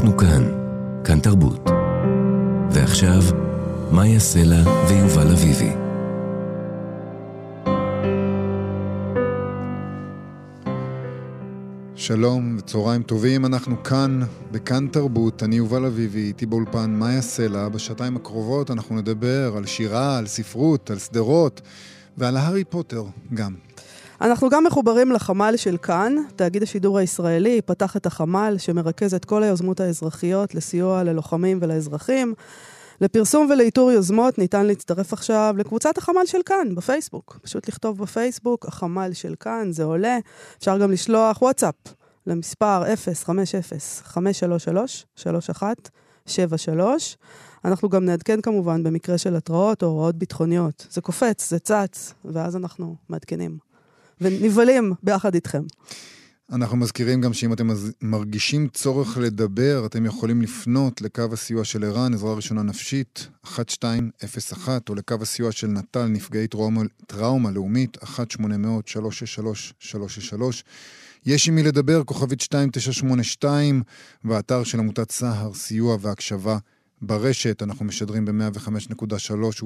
אנחנו כאן, כאן תרבות. ועכשיו, מאיה סלע ויובל אביבי. שלום וצהריים טובים, אנחנו כאן בכאן תרבות, אני יובל אביבי, איתי באולפן מאיה סלע. בשעתיים הקרובות אנחנו נדבר על שירה, על ספרות, על סדרות ועל הארי פוטר גם. אנחנו גם מחוברים לחמ"ל של כאן, תאגיד השידור הישראלי, פתח את החמ"ל שמרכז את כל היוזמות האזרחיות לסיוע ללוחמים ולאזרחים. לפרסום ולאיתור יוזמות ניתן להצטרף עכשיו לקבוצת החמ"ל של כאן בפייסבוק. פשוט לכתוב בפייסבוק, החמ"ל של כאן, זה עולה. אפשר גם לשלוח וואטסאפ למספר 050-533-3173. אנחנו גם נעדכן כמובן במקרה של התראות או הוראות ביטחוניות. זה קופץ, זה צץ, ואז אנחנו מעדכנים. ונבלים ביחד איתכם. אנחנו מזכירים גם שאם אתם מרגישים צורך לדבר, אתם יכולים לפנות לקו הסיוע של ערן, עזרה ראשונה נפשית, 1201, או לקו הסיוע של נטל, נפגעי טראומה לאומית, 1-800-363-363. יש עם מי לדבר, כוכבית 2982, באתר של עמותת סהר, סיוע והקשבה ברשת. אנחנו משדרים ב-105.3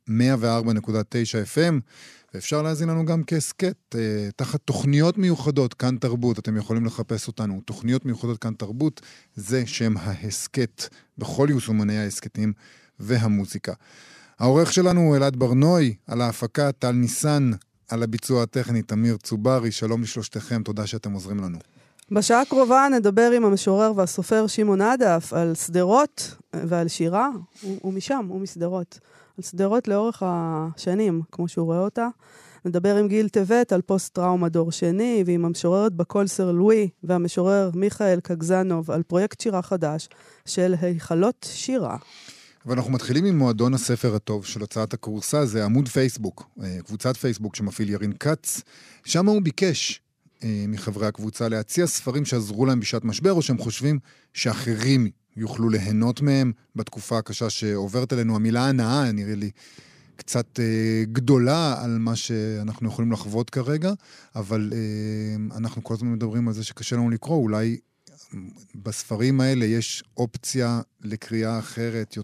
וב-104.9 FM, ואפשר להזין לנו גם כעסקט, תחת תוכניות מיוחדות כאן תרבות. אתם יכולים לחפש אותנו, תוכניות מיוחדות כאן תרבות, זה שם העסקט בכל יישומני העסקטים והמוזיקה. העורך שלנו הוא אלעד ברנוי, על ההפקה טל ניסן, על הביצוע הטכני תמיר צוברי. שלום לשלושתכם, תודה שאתם עוזרים לנו. בשעה הקרובה נדבר עם המשורר והסופר שמעון עדף על סדרות ועל שירה, הוא משם, הוא מסדרות. על סדרות לאורך השנים, כמו שהוא רואה אותה. נדבר עם גיל טבת על פוסט-טראומה דור שני, ועם המשוררת בקול סר לואי, והמשורר מיכאל קגזנוב על פרויקט שירה חדש של היכלות שירה. ואנחנו מתחילים עם מועדון הספר הטוב של הוצאת הקורסה, זה עמוד פייסבוק, קבוצת פייסבוק שמפעיל ירין קץ. שם הוא ביקש מחברי הקבוצה להציע ספרים שעזרו להם בשעת משבר, או שהם חושבים שאחרים יוכלו ליהנות מהם בתקופה הקשה שעוברת עלינו. המילה הנאה נראה לי קצת גדולה על מה שאנחנו יכולים לחוות כרגע, אבל אנחנו כל הזמן מדברים על זה שקשה לנו לקרוא. אולי בספרים האלה יש אופציה לקריאה אחרת,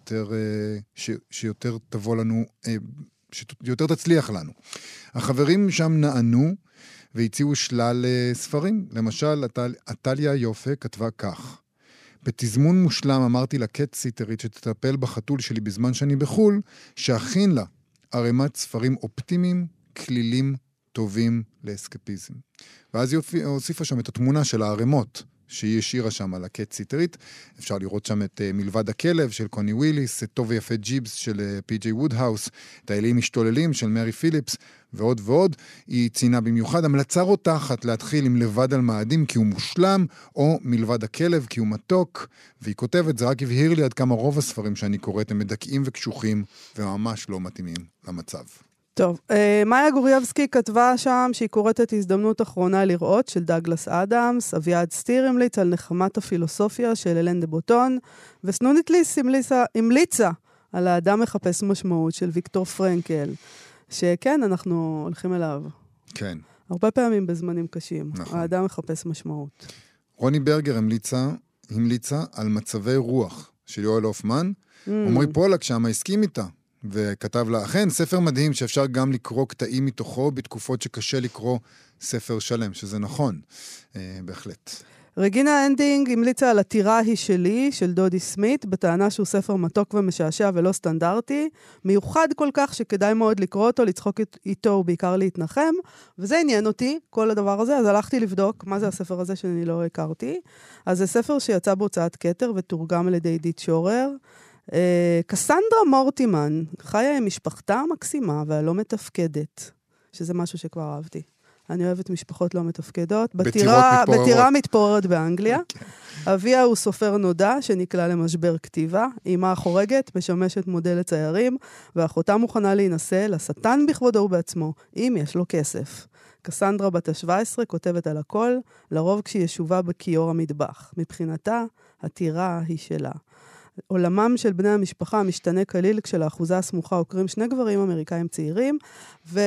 שיותר תבוא לנו, שיותר תצליח לנו. החברים שם נענו והציעו שלל ספרים. למשל, עתליה יופה כתבה כך: בתזמון מושלם אמרתי לקט סיטרית שתטפל בחתול שלי בזמן שאני בחול, שאכין לה ערימת ספרים אופטימיים, כלילים, טובים לאסקפיזם. ואז היא הוסיפה שם את התמונה של הערימות שהיא השאירה שם על הקט סיטרית. אפשר לראות שם את מלבד הכלב של קוני וויליס, את טוב ויפה ג'יבס של פי.ג'יי וודהאוס, את האלים משתוללים של מרי פיליפס, ועוד ועוד. היא ציינה במיוחד המלצה רותחת להתחיל עם לבד על מאדים כי הוא מושלם, או מלבד הכלב כי הוא מתוק. והיא כותבת, זה רק הבהיר לי עד כמה רוב הספרים שאני קוראת הם מדכאים וקשוחים וממש לא מתאימים למצב. טוב, מאיה גורייבסקי כתבה שם שהיא קוראת את הזדמנות אחרונה לראות של דאגלס אדמס, אביעד סטיר המליץ על נחמת הפילוסופיה של אלן דה בוטון, וסנונית ליס המליצה על האדם מחפש משמעות של ויקטור פרנקל, שכן, אנחנו הולכים אליו. כן. הרבה פעמים בזמנים קשים. נכון. האדם מחפש משמעות. רוני ברגר המליצה על מצבי רוח של יואל הופמן. עמרי פולק שם הסכים איתה, וכתב לה, אכן, ספר מדהים שאפשר גם לקרוא קטעים מתוכו בתקופות שקשה לקרוא ספר שלם, שזה נכון, בהחלט. רגינה אנדינג המליצה על הטירה היא שלי, של דודי סמית, בטענה שהוא ספר מתוק ומשעשע ולא סטנדרטי, מיוחד כל כך שכדאי מאוד לקרוא אותו, לצחוק איתו ובעיקר להתנחם, וזה עניין אותי, כל הדבר הזה, אז הלכתי לבדוק מה זה הספר הזה שאני לא הכרתי. אז זה ספר שיצא בהוצאת כתר ותורגם על ידי עידית שורר. קסנדרה מורטימן חיה עם משפחתה המקסימה והלא מתפקדת, שזה משהו שכבר אהבתי. אני אוהבת משפחות לא מתפקדות. בטירה מתפוררת באנגליה. אביה הוא סופר נודע שנקלע למשבר כתיבה. אמא החורגת משמשת מודל לציירים, ואחותה מוכנה להינשא לשטן בכבודו ובעצמו, אם יש לו כסף. קסנדרה בת ה-17 כותבת על הכל, לרוב כשהיא ישובה בכיור המטבח. מבחינתה, הטירה היא שלה. עולמם של בני המשפחה משתנה כליל כשלאחוזה הסמוכה עוקרים שני גברים אמריקאים צעירים,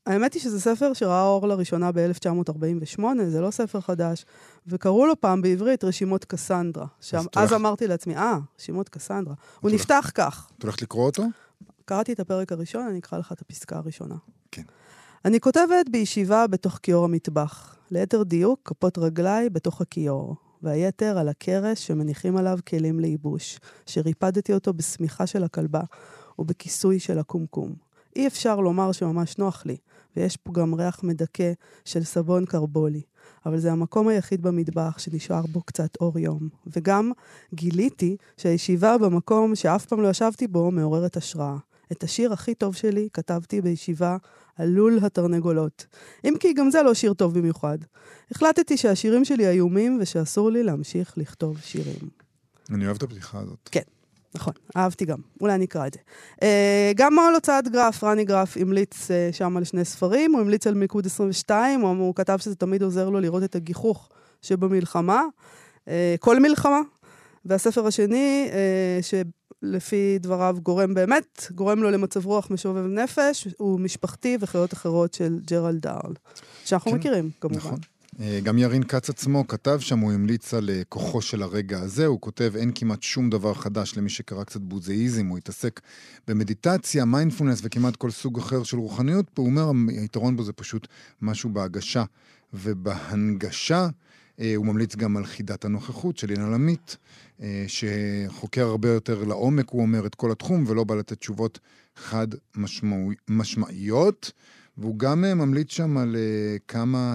האמת היא שזה ספר שראה אור לראשונה ב-1948, זה לא ספר חדש, וקראו לו פעם בעברית רשימות קסנדרה. אז אמרתי לעצמי, רשימות קסנדרה. הוא נפתח כך. את הולכת לקרוא אותו? קראתי את הפרק הראשון, אני אקרא לך את הפסקה הראשונה. כן. אני כותבת בישיבה בתוך כיור המטבח. ליתר דיוק, כפות רגליי בתוך הכיור, והיתר על הקרש שמניחים עליו כלים לייבוש, שריפדתי אותו בסמיכה של הכלבה ובכיסוי של הקומקום. אי אפשר לומר שממש נוח לי, ויש פה גם ריח מדכא של סבון קרבולי, אבל זה המקום היחיד במטבח שנשאר בו קצת אור יום. וגם גיליתי שהישיבה במקום שאף פעם לא ישבתי בו מעוררת השראה. את השיר הכי טוב שלי כתבתי בישיבה על לול התרנגולות. אם כי גם זה לא שיר טוב במיוחד. החלטתי שהשירים שלי איומים ושאסור לי להמשיך לכתוב שירים. אני אוהב את הפתיחה הזאת. כן, נכון, אהבתי גם. אולי אני אקרא את זה. גם על הוצאת גרף, רני גרף המליץ שם על 2 ספרים, הוא המליץ על מיקוד 22, הוא כתב שזה תמיד עוזר לו לראות את הגיחוך שבמלחמה, כל מלחמה. והספר השני, לפי דבריו גורם לו למצב רוח משובב נפש, הוא משפחתי וחיות אחרות של ג'רלד דארל, שאנחנו מכירים כמובן. נכון. גם ירין קץ עצמו כתב שם, הוא המליץ על כוחו של הרגע הזה, הוא כותב, אין כמעט שום דבר חדש למי שקרא קצת בוזאיזם, הוא התעסק במדיטציה, מיינדפולנס וכמעט כל סוג אחר של רוחניות, הוא אומר, היתרון בו זה פשוט משהו בהגשה ובהנגשה, הוא ממליץ גם על חידת הנוכחות של אילן עמית, שחוקר הרבה יותר לעומק, הוא אומר, את כל התחום, ולא בא לתת תשובות חד משמעיות, והוא גם ממליץ שם על כמה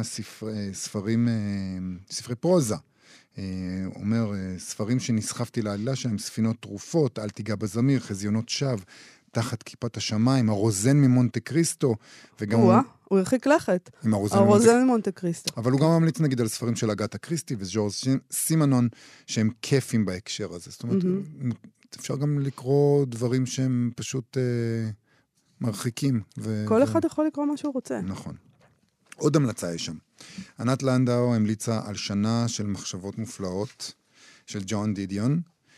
ספרי פרוזה. אומר, ספרים שנסחפתי לעלילה שהם ספינות תרופות, אל תיגע בזמיר, חזיונות שווא, תחת כיפת השמיים, הרוזן ממונטה קריסטו, וגם... הוא הרחיק לכת. הרוזן ממונטה קריסטו. אבל הוא גם ממליץ נגיד על ספרים של אגתה קריסטי וז'ורז סימנון, שהם כיפים בהקשר הזה. זאת אומרת, אפשר גם לקרוא דברים שהם פשוט מרחיקים. כל אחד יכול לקרוא מה שהוא רוצה. נכון. עוד המלצה יש שם. ענת לנדאו המליצה על שנה של מחשבות מופלאות של ג'ון דידיון,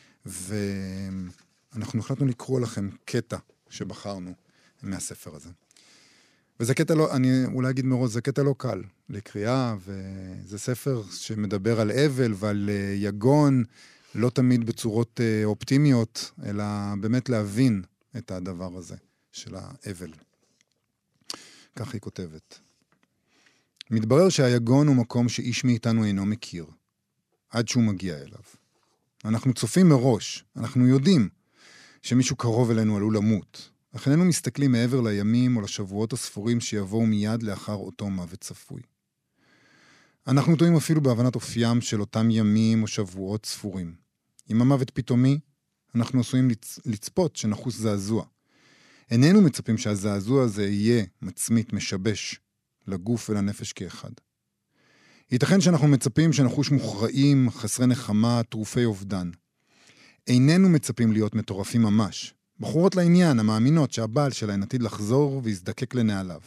ואנחנו החלטנו לקרוא לכם קטע שבחרנו מהספר הזה. וזה קטע לא, אני אולי אגיד מראש, זה קטע לא קל לקריאה, וזה ספר שמדבר על אבל ועל יגון, לא תמיד בצורות אופטימיות, אלא באמת להבין את הדבר הזה של האבל. כך היא כותבת. מתברר שהיגון הוא מקום שאיש מאיתנו אינו מכיר, עד שהוא מגיע אליו. אנחנו צופים מראש, אנחנו יודעים שמישהו קרוב אלינו עלול למות, אך איננו מסתכלים מעבר לימים או לשבועות הספורים שיבואו מיד לאחר אותו מוות צפוי. אנחנו טועים אפילו בהבנת אופיים של אותם ימים או שבועות ספורים. עם המוות פתאומי, אנחנו עשויים לצפות שנחוס זעזוע. איננו מצפים שהזעזוע הזה יהיה מצמית משבש לגוף ולנפש כאחד. ייתכן שאנחנו מצפים שנחוש מוכרעים, חסרי נחמה, תרופי אובדן. איננו מצפים להיות מטורפים ממש. בחורות לעניין, המאמינות שהבעל שלהן עתיד לחזור ויזדקק לנעליו.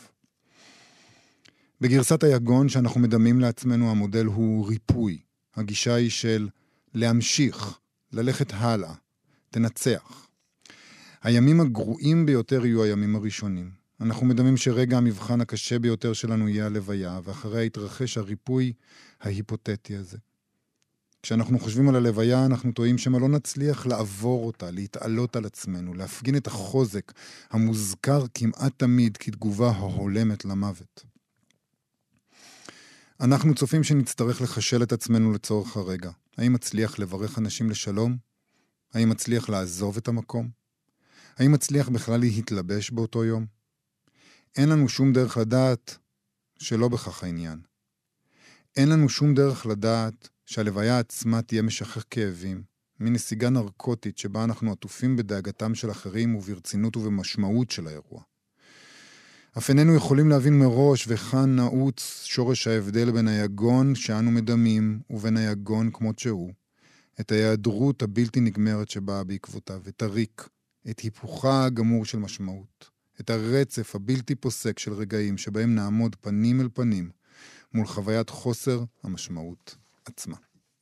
בגרסת היגון שאנחנו מדמים לעצמנו, המודל הוא ריפוי. הגישה היא של להמשיך, ללכת הלאה, תנצח. הימים הגרועים ביותר יהיו הימים הראשונים. אנחנו מדמים שרגע המבחן הקשה ביותר שלנו יהיה הלוויה, ואחריה יתרחש הריפוי ההיפותטי הזה. כשאנחנו חושבים על הלוויה, אנחנו טועים שמה לא נצליח לעבור אותה, להתעלות על עצמנו, להפגין את החוזק המוזכר כמעט תמיד כתגובה ההולמת למוות. אנחנו צופים שנצטרך לחשל את עצמנו לצורך הרגע. האם מצליח לברך אנשים לשלום? האם מצליח לעזוב את המקום? האם מצליח בכלל להתלבש באותו יום? אין לנו שום דרך לדעת שלא בכך העניין. אין לנו שום דרך לדעת שהלוויה עצמה תהיה משחרר כאבים, מין נסיגה נרקוטית שבה אנחנו עטופים בדאגתם של אחרים וברצינות ובמשמעות של האירוע. אף איננו יכולים להבין מראש וכאן נעוץ שורש ההבדל בין היגון שאנו מדמים ובין היגון כמות שהוא, את ההיעדרות הבלתי נגמרת שבאה בעקבותיו, את הריק, את היפוכה הגמור של משמעות, את הרצף הבלתי פוסק של רגעים שבהם נעמוד פנים אל פנים מול חוויית חוסר המשמעות עצמה.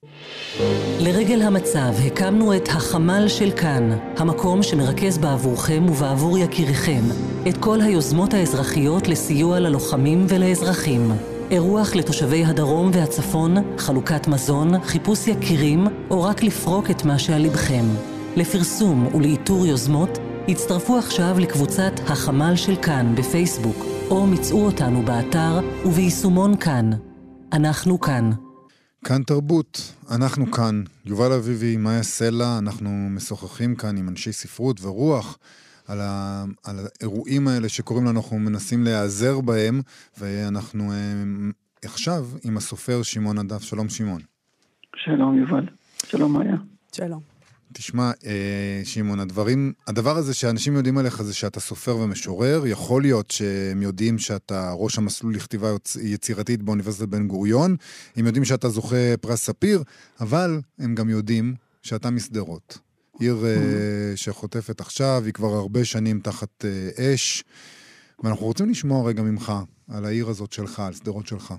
לרגל המצב הקמנו את החמ"ל של כאן, המקום שמרכז בעבורכם ובעבור יקיריכם את כל היוזמות האזרחיות לסיוע ללוחמים ולאזרחים. אירוח לתושבי הדרום והצפון, חלוקת מזון, חיפוש יקירים או רק לפרוק את מה שעל לבכם. לפרסום ולאיתור יוזמות, הצטרפו עכשיו לקבוצת החמ"ל של כאן בפייסבוק, או מצאו אותנו באתר וביישומון כאן. אנחנו כאן. כאן תרבות, אנחנו כאן. יובל אביבי, מאיה סלע, אנחנו משוחחים כאן עם אנשי ספרות ורוח על האירועים האלה שקוראים לנו, אנחנו מנסים להיעזר בהם, ואנחנו עכשיו עם הסופר שמעון הדף. שלום שמעון. שלום יובל, שלום מאיה. שלום. תשמע, שמעון, הדבר הזה שאנשים יודעים עליך זה שאתה סופר ומשורר, יכול להיות שהם יודעים שאתה ראש המסלול לכתיבה יצירתית באוניברסיטת בן גוריון, הם יודעים שאתה זוכה פרס ספיר, אבל הם גם יודעים שאתה מסדרות. עיר שחוטפת עכשיו, היא כבר הרבה שנים תחת אש, ואנחנו רוצים לשמוע רגע ממך על העיר הזאת שלך, על סדרות שלך.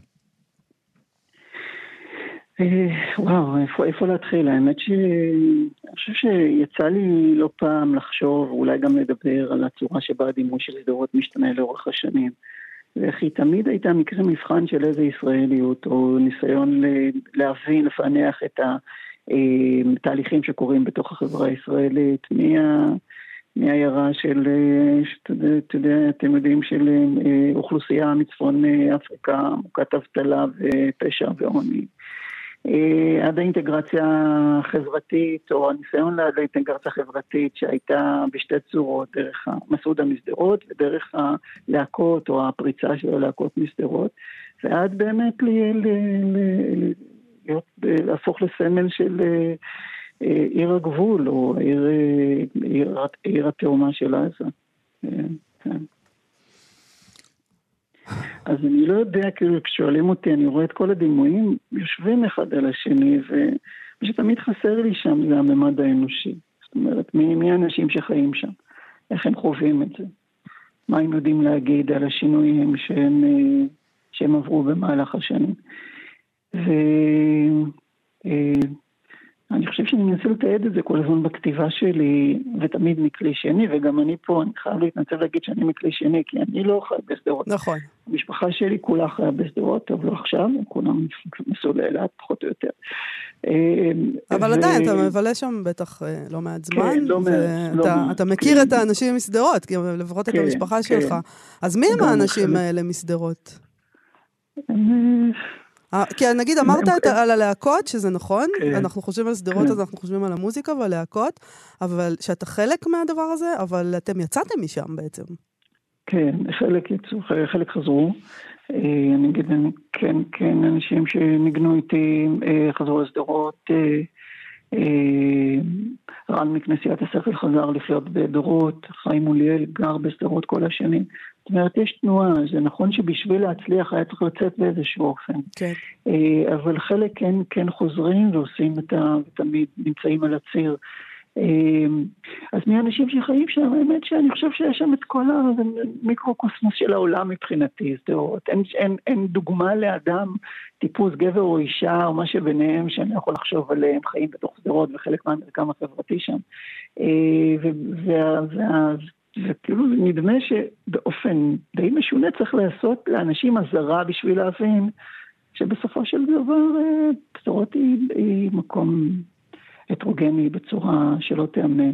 וואו, איפה להתחיל? האמת אני חושב שיצא לי לא פעם לחשוב, אולי גם לדבר על הצורה שבה הדימוי של סדרות משתנה לאורך השנים. ואיך היא תמיד הייתה מקרה מבחן של איזה ישראליות, או ניסיון להבין, לפענח את התהליכים שקורים בתוך החברה הישראלית, מהעיירה של, אתם יודעים, של אוכלוסייה מצפון אפריקה, מוכת אבטלה ופשע ועוני. עד האינטגרציה החברתית, או הניסיון לאינטגרציה חברתית שהייתה בשתי צורות, דרך מסעוד המסדרות ודרך הלהקות או הפריצה של הלהקות מסדרות, ועד באמת להפוך לסמל של עיר הגבול, או עיר התאומה של עזה. כן. אז אני לא יודע, כאילו כששואלים אותי, אני רואה את כל הדימויים, יושבים אחד על השני, ושתמיד חסר לי שם זה הממד האנושי. זאת אומרת, מי האנשים שחיים שם? איך הם חווים את זה? מה הם יודעים להגיד על השינויים שהם עברו במהלך השנים? אני חושב שאני מנסה לתעד את זה כל הזמן בכתיבה שלי, ותמיד מכלי שני, וגם אני פה, אני חייב להתנצל להגיד שאני מכלי שני, כי אני לא חי בסדרות. נכון. המשפחה שלי כולה חיה בסדרות, אבל לא עכשיו, הם כולם נסעו לאילת, פחות או יותר. אבל עדיין, אתה מבלה שם בטח לא מעט זמן, כן, לא מעט. אתה מכיר את האנשים מסדרות, כי לפחות את המשפחה שלך. אז מי הם האנשים האלה מסדרות? כי נגיד אמרת על הלהקות, שזה נכון, אנחנו חושבים על סדרות, אז אנחנו חושבים על המוזיקה ועל להקות, אבל שאתה חלק מהדבר הזה, אבל אתם יצאתם משם בעצם. כן, חלק יצאו, חלק חזרו. אני אגיד, כן, אנשים שניגנו איתי חזרו לסדרות, רן מכנסיית השכל חזר לחיות בדורות, חיים מוליאל גר בסדרות כל השנים. זאת אומרת, יש תנועה, זה נכון שבשביל להצליח היה צריך לצאת באיזשהו אופן. כן. אבל חלק כן חוזרים ועושים ותמיד נמצאים על הציר. אז מהאנשים שחיים שם, האמת שאני חושב שיש שם את כל המיקרוקוסמוס של העולם מבחינתי, סדרות. אין דוגמה לאדם, טיפוס גבר או אישה, או מה שביניהם, שאני לא יכול לחשוב עליהם, חיים בתוך סדרות וחלק מהמרקם החברתי שם. וכאילו נדמה שבאופן די משונה צריך לעשות לאנשים הזרה בשביל להבין שבסופו של דבר סדרות היא מקום הטרוגני בצורה שלא תאמן.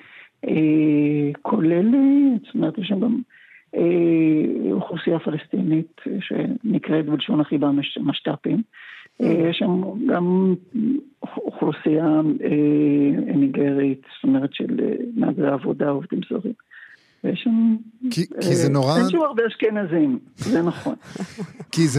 כולל, זאת אומרת, יש שם גם אוכלוסייה פלסטינית שנקראת בלשון החיבה משת"פים. יש שם גם אוכלוסייה ניגרית, זאת אומרת של מהגרי עבודה, עובדים זרים. כי זה נורא... אין שם הרבה אשכנזים, זה נכון. כי זה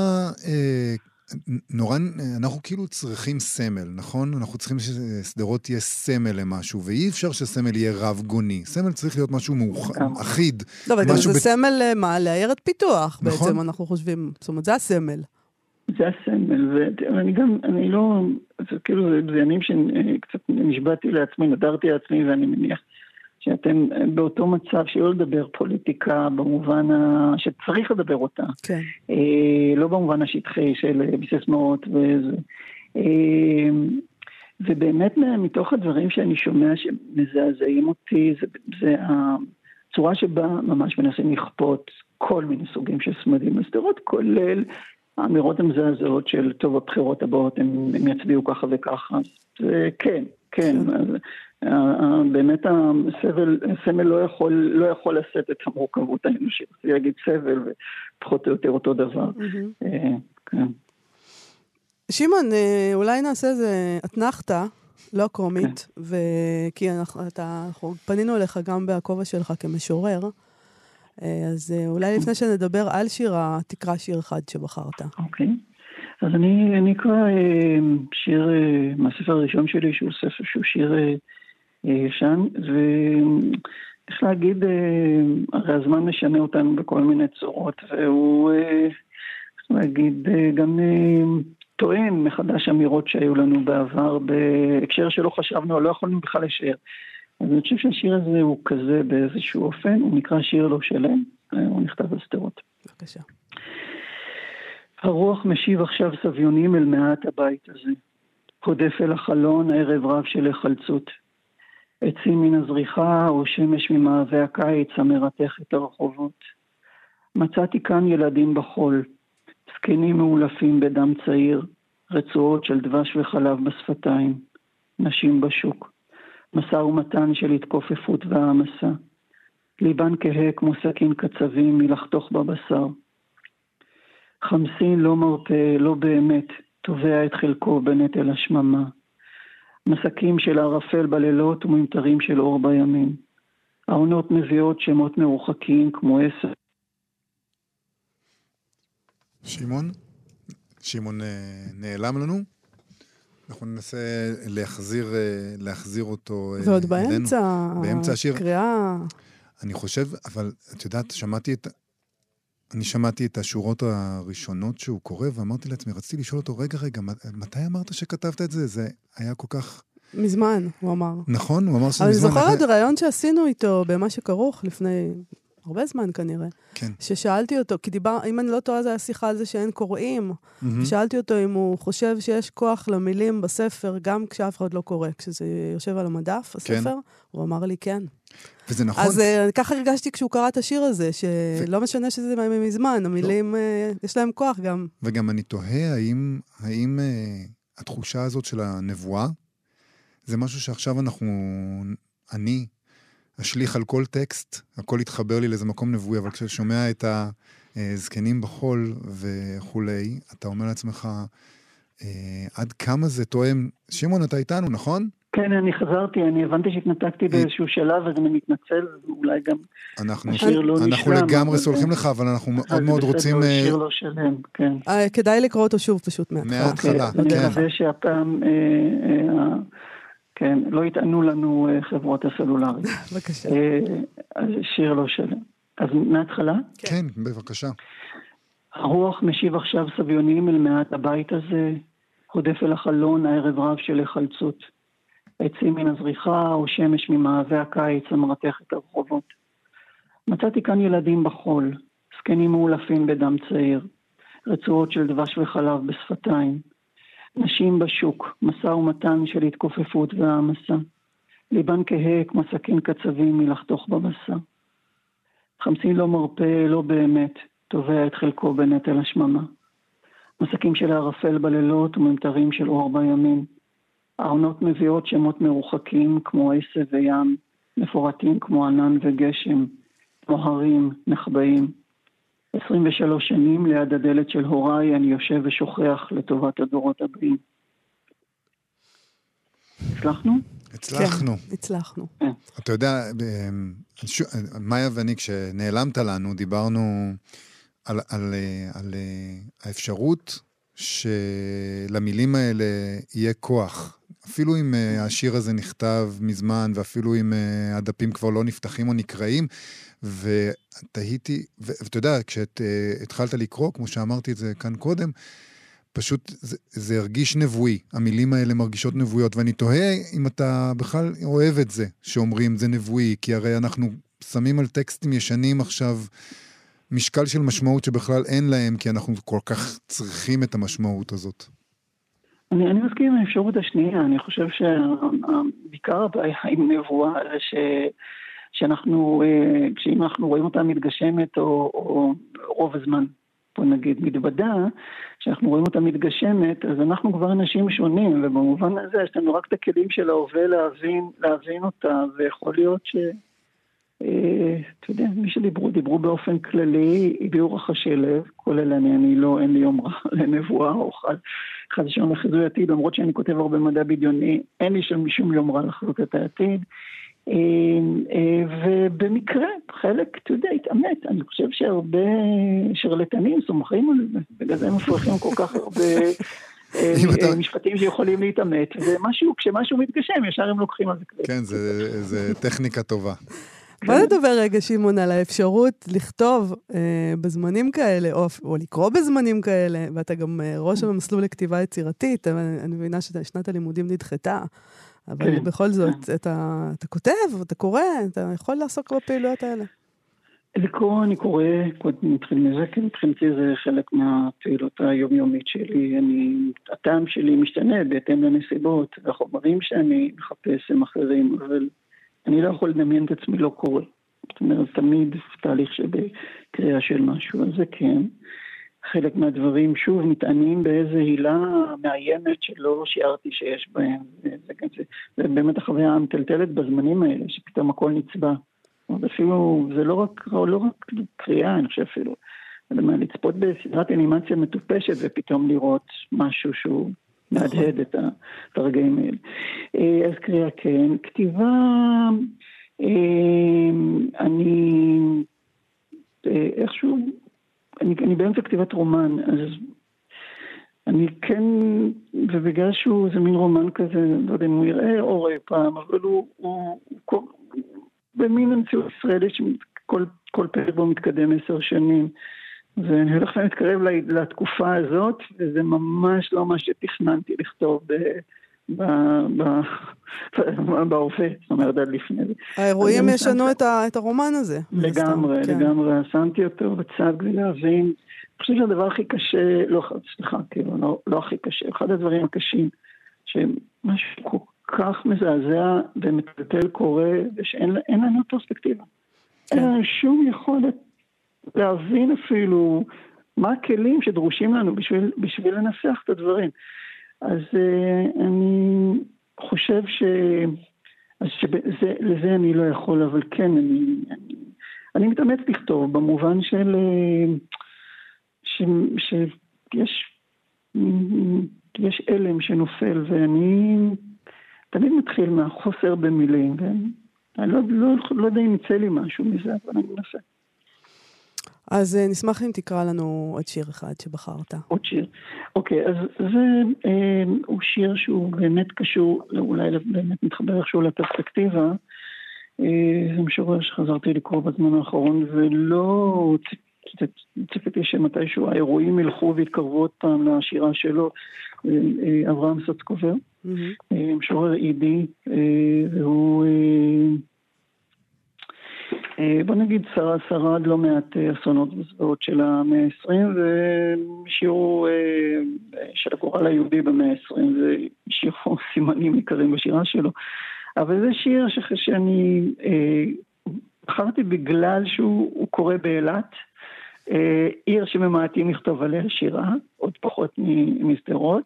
נורא, אנחנו כאילו צריכים סמל, נכון? אנחנו צריכים שסדרות תהיה סמל למשהו, ואי אפשר שסמל יהיה רב גוני. סמל צריך להיות משהו אחיד. לא, אבל זה סמל מה? לעיירת פיתוח, בעצם אנחנו חושבים. זאת אומרת, זה הסמל. זה הסמל, ואני לא... זה כאילו, זה ימים שקצת נשבעתי לעצמי, נדרתי לעצמי, ואני מניח שאתם באותו מצב שלא לדבר פוליטיקה במובן שצריך לדבר אותה. כן. לא במובן השטחי של בסיסמאות וזה. ובאמת מתוך הדברים שאני שומע שמזעזעים אותי, זה הצורה שבה ממש מנסים לכפות כל מיני סוגים של סמדים לסדרות, כולל האמירות המזעזעות של טוב הבחירות הבאות, הם יצביעו ככה וככה. זה כן. באמת הסמל לא יכול לשאת את המורכבות האנושית. זה יגיד סבל ופחות או יותר אותו דבר. כן. שמעון, אולי נעשה איזה אתנחתה, לא קומית, כי אנחנו פנינו אליך גם בכובע שלך כמשורר, אז אולי לפני שנדבר על שירה, תקרא שיר אחד שבחרת. אוקיי. אז אני אקרא שיר מהספר הראשון שלי, שהוא ספר, שהוא שיר ישן, ואיך להגיד, הרי הזמן משנה אותנו בכל מיני צורות, והוא, איך להגיד, גם טוען מחדש אמירות שהיו לנו בעבר, בהקשר שלא חשבנו, לא יכולנו בכלל לשער. אז אני חושב שהשיר הזה הוא כזה באיזשהו אופן, הוא נקרא שיר לא שלם, הוא נכתב בסדרות. בבקשה. הרוח משיב עכשיו סביונים אל מעט הבית הזה. הודף אל החלון הערב רב של החלצות. עצים מן הזריחה או שמש ממעבי הקיץ המרתך את הרחובות. מצאתי כאן ילדים בחול, זקנים מאולפים בדם צעיר, רצועות של דבש וחלב בשפתיים, נשים בשוק, מסע ומתן של התכופפות והעמסה, ליבן כהה כמו סכין קצבים מלחתוך בבשר. חמסין לא מרפא, לא באמת, תובע את חלקו בנטל השממה. מסקים של ערפל בלילות וממטרים של אור בימים. העונות מביאות שמות מרוחקים כמו עשר. שמעון נעלם לנו. אנחנו ננסה להחזיר אותו. ועוד באמצע השיר. קריאה. אני חושב, אבל את יודעת, אני שמעתי את השורות הראשונות שהוא קורא, ואמרתי לעצמי, רציתי לשאול אותו, רגע, מתי אמרת שכתבת את זה? זה היה כל כך... מזמן, הוא אמר. נכון, הוא אמר שזה אבל מזמן. אני זוכרת רעיון שעשינו איתו במה שכרוך לפני הרבה זמן כנראה. כן. ששאלתי אותו, כי אם אני לא טועה, זה היה שיחה על זה שאין קוראים. שאלתי אותו אם הוא חושב שיש כוח למילים בספר, גם כשאף אחד לא קורא, כשזה יושב על המדף, הספר, הוא אמר לי כן. וזה נכון. אז ככה הרגשתי כשהוא קרא את השיר הזה, שלא משנה שזה מזמן, המילים, יש להם כוח גם. וגם אני תוהה, האם התחושה הזאת של הנבואה, זה משהו שעכשיו אני אשליך על כל טקסט, הכל יתחבר לי לאיזה מקום נבואי, אבל כששומע את הזקנים בחול וכולי, אתה אומר לעצמך, עד כמה זה תואם. שמעון, אתה איתנו, נכון? כן, אני חזרתי, אני הבנתי שהתנתקתי באיזשהו שלב, אז אני מתנצל, אולי גם השיר לא נשלם. אנחנו לגמרי סולחים לך, אבל אנחנו מאוד מאוד רוצים... זה שיר לא שלם, כן. כדאי לקרוא אותו שוב פשוט מההתחלה. אני מקווה שהפעם, כן, לא יטענו לנו חברות הסלולריות. בבקשה. אז שיר לא שלם. אז מההתחלה? כן, בבקשה. הרוח משיב עכשיו סביונים אל מעט הבית הזה, הודף אל החלון הערב רב של החלצות. עצים מן הזריחה או שמש ממעבי הקיץ המרתך את הרחובות. מצאתי כאן ילדים בחול, זקנים מאולפים בדם צעיר, רצועות של דבש וחלב בשפתיים, נשים בשוק, מסע ומתן של התכופפות והעמסה, ליבן כהה כמו סכין קצבים מלחתוך בבשר. חמסין לא מרפא, לא באמת, תובע את חלקו בנטל השממה. מסקים של הערפל בלילות וממטרים של אור בימים. העונות מביאות שמות מרוחקים כמו עשב וים, מפורטים כמו ענן וגשם, כמו הרים, נחבאים. 23 שנים ליד הדלת של הוריי אני יושב ושוכח לטובת הדורות הבאים. הצלחנו? הצלחנו. כן, הצלחנו. אתה יודע, מאיה ואני, כשנעלמת לנו, דיברנו על האפשרות שלמילים האלה יהיה כוח. אפילו אם השיר הזה נכתב מזמן, ואפילו אם הדפים כבר לא נפתחים או נקראים, ותהיתי, ואתה יודע, כשהתחלת לקרוא, כמו שאמרתי את זה כאן קודם, פשוט זה הרגיש נבואי, המילים האלה מרגישות נבואיות, ואני תוהה אם אתה בכלל אוהב את זה, שאומרים זה נבואי, כי הרי אנחנו שמים על טקסטים ישנים עכשיו, משקל של משמעות שבכלל אין להם, כי אנחנו כל כך צריכים את המשמעות הזאת. אני מסכים עם האפשרות השנייה, אני חושב שבעיקר הבעיה עם נבואה זה שאנחנו, כשאם אנחנו רואים אותה מתגשמת או רוב הזמן, בוא נגיד מתוודה, כשאנחנו רואים אותה מתגשמת, אז אנחנו כבר אנשים שונים, ובמובן הזה יש לנו רק את הכלים של ההווה להבין אותה, ויכול להיות אתה יודע, מי שדיברו באופן כללי, הביאו רחשי לב, כולל אין לי יום רע לנבואה, או חד ושלום לחיזוי עתיד, למרות שאני כותב הרבה מדע בדיוני, אין לי שום יום רע לחזות את העתיד, ובמקרה, חלק, אתה יודע, התאמת, אני חושב שהרבה שרלטנים סומכים על זה, בגלל זה הם מפרחים כל כך הרבה משפטים שיכולים להתאמת, וכשמשהו מתגשם, ישר הם לוקחים על זה קרדיט. כן, זה טכניקה טובה. בוא נדבר רגע, שמעון, על האפשרות לכתוב בזמנים כאלה, או לקרוא בזמנים כאלה, ואתה גם ראש המסלול לכתיבה יצירתית, אני מבינה ששנת הלימודים נדחתה, אבל בכל זאת, אתה כותב, אתה קורא, אתה יכול לעסוק בפעילויות האלה. לקרוא, אני קורא, נתחיל מזה, כי מבחינתי זה חלק מהפעילות היומיומית שלי, הטעם שלי משתנה בהתאם לנסיבות, והחומרים שאני מחפש הם אחרים, אבל אני לא יכול לדמיין את עצמי לא קורא. זאת אומרת, תמיד תהליך שבקריאה של משהו, אז זה כן. חלק מהדברים שוב מתענים באיזה הילה מעיינת שלא שיערתי שיש בהם. זה באמת החוויה המטלטלת בזמנים האלה, שפתאום הכל נצבע. אפילו, זה לא רק קריאה, אני חושב אפילו. לצפות בסדרת אנימציה מטופשת ופתאום לראות משהו שהוא מהדהד את הרגעים האלה. אז קריאה כן. כתיבה, אני איכשהו, אני באמצע כתיבת רומן, אז אני כן, ובגלל שהוא זה מין רומן כזה, לא יודע אם הוא יראה אור אי פעם, אבל הוא במין המציאות ישראלית שכל פרק בו מתקדם 10 שנים, ואני הולך להתקרב לתקופה הזאת, וזה ממש לא מה שתכננתי לכתוב בהווה, זאת אומרת עד לפני זה. האירועים ישנו את הרומן הזה. לגמרי, שמתי אותו בצד כדי להבין. אני חושב שהדבר הכי קשה, לא הכי קשה, אחד הדברים הקשים, שמשהו כל כך מזעזע ומטלטל קורה, ושאין לנו פרספקטיבה. אין לנו שום יכולת להבין אפילו מה הכלים שדרושים לנו בשביל לנסח את הדברים. אז אני חושב לזה אני לא יכול, אבל כן, אני מתאמץ לכתוב במובן שיש אלם שנופל, ואני תמיד מתחיל מהחוסר במילים, ואני לא יודע אם יצא לי משהו מזה, אבל אני מנסה. אז נשמח אם תקרא לנו עוד שיר אחד שבחרת. עוד שיר. אוקיי, אז הוא שיר שהוא באמת קשור, אולי באמת מתחבר איכשהו לפרספקטיבה. זה משורר שחזרתי לקרוא בזמן האחרון, ולא ציפיתי שמתישהו האירועים ילכו והתקרבו עוד פעם לשירה שלו, אברהם סוצקובר, משורר אידי, והוא בוא נגיד שרד לא מעט אסונות וזוועות של המאה ה-20, ושירו של הגורל היהודי במאה ה-20, ושירו סימנים עיקריים בשירה שלו. אבל זה שיר שאני בחרתי בגלל שהוא קורא באילת, עיר שממעטים לכתוב עליה שירה, עוד פחות מסדרות,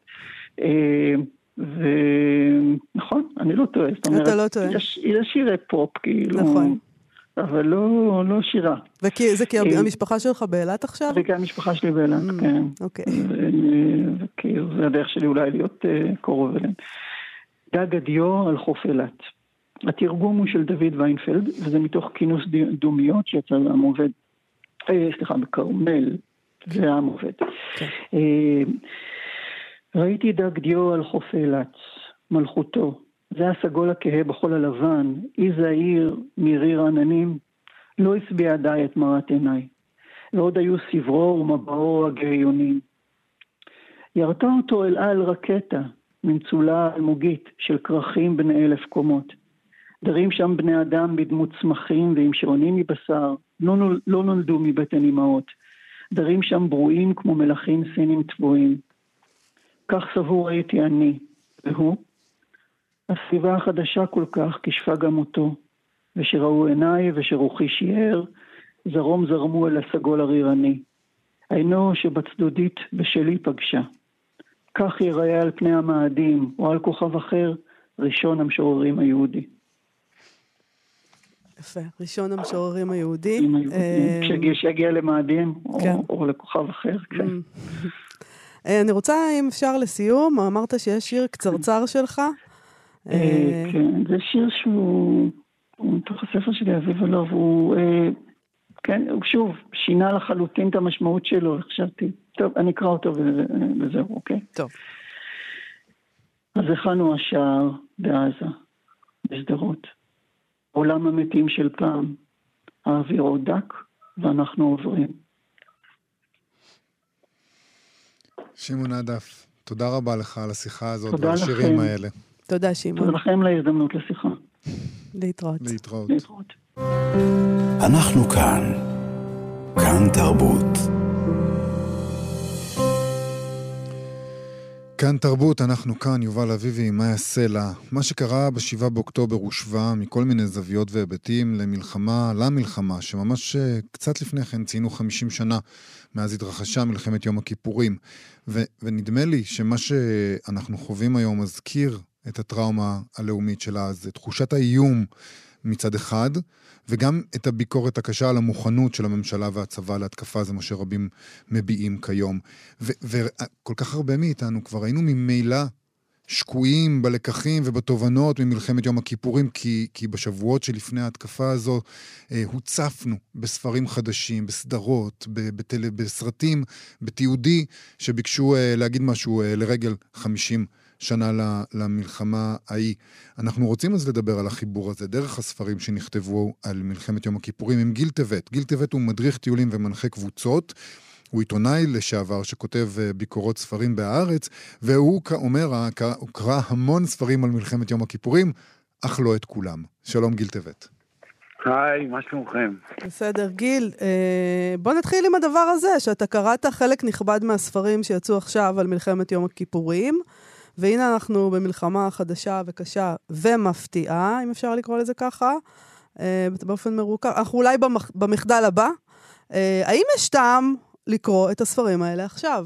ונכון, אני לא טועה. אתה לא טועה. יש שירי פופ, כאילו. נכון. אבל לא שירה. זה כי המשפחה שלך באילת עכשיו? זה כי המשפחה שלי באילת, כן. אוקיי. זה הדרך שלי אולי להיות קרוב אליהם. דג הדיו על חוף אילת. התרגום הוא של דוד ויינפלד, וזה מתוך כינוס דומיות שיצא לעם עובד. בכרמל, זה העם עובד. ראיתי דג דיו על חוף אילת, מלכותו. זה הסגול הכהה בחול הלבן, אי זעיר מריר עננים, לא הסביע די את מרת עיניי, ועוד היו סברו ומבעו הגאיונים. ירתה אותו אל על רקטה, ממצולה אלמוגית של כרכים בני 1000 קומות. דרים שם בני אדם בדמות צמחים ועם שעונים מבשר, לא נולדו מבטן אמהות. דרים שם ברואים כמו מלאכים סינים טבועים. כך סבור הייתי אני והוא. הסביבה החדשה כל כך כשפה גם אותו, ושראו עיניי ושרוחי שיער, זרום זרמו אל הסגול הרירני. היינו שבצדודית בשלי פגשה. כך ייראה על פני המאדים או על כוכב אחר, ראשון המשוררים היהודי. יפה, ראשון המשוררים היהודי. כשיגיע למאדים או לכוכב אחר. אני רוצה, אם אפשר לסיום, אמרת שיש שיר קצרצר שלך. כן, זה שיר שהוא מתוך הספר שלי, אביב אלוב, כן, הוא שוב שינה לחלוטין את המשמעות שלו, חשבתי. טוב, אני אקרא אותו וזהו, אוקיי? טוב. אז הכנו השער בעזה, בשדרות. עולם המתים של פעם, האוויר עוד דק, ואנחנו עוברים. שמעון עדף, תודה רבה לך על השיחה הזאת, תודה ועל השירים לכם. האלה. תודה, שמעון. תודה לכם להזדמנות לשיחה. להתראות. להתראות. אנחנו כאן. כאן תרבות. כאן תרבות, אנחנו כאן, יובל אביבי, מאיה סלע. מה שקרה ב7 באוקטובר הושווה מכל מיני זוויות והיבטים למלחמה, שממש קצת לפני כן ציינו 50 שנה מאז התרחשה מלחמת יום הכיפורים. ונדמה לי שמה שאנחנו חווים היום מזכיר את הטראומה הלאומית של אז, את תחושת האיום מצד אחד, וגם את הביקורת הקשה על המוכנות של הממשלה והצבא להתקפה, זה מה שרבים מביעים כיום. וכל כך הרבה מאיתנו כבר היינו ממילא שקועים בלקחים ובתובנות ממלחמת יום הכיפורים, כי בשבועות שלפני ההתקפה הזו הוצפנו בספרים חדשים, בסדרות, בסרטים, בתיעודי, שביקשו להגיד משהו לרגל 50 שנה למלחמה ההיא. אנחנו רוצים אז לדבר על החיבור הזה, דרך הספרים שנכתבו על מלחמת יום הכיפורים עם גיל טבת. גיל טבת הוא מדריך טיולים ומנחה קבוצות, הוא עיתונאי לשעבר שכותב ביקורות ספרים בהארץ, והוא אומר, הוא קרא המון ספרים על מלחמת יום הכיפורים, אך לא את כולם. שלום גיל טבת. היי, מה שלומכם? בסדר, גיל, בוא נתחיל עם הדבר הזה, שאתה קראת חלק נכבד מהספרים שיצאו עכשיו על מלחמת יום הכיפורים, והנה אנחנו במלחמה חדשה וקשה ומפתיעה, אם אפשר לקרוא לזה ככה, באופן מרוכך. אנחנו אולי במחדל הבא. האם יש טעם לקרוא את הספרים האלה עכשיו?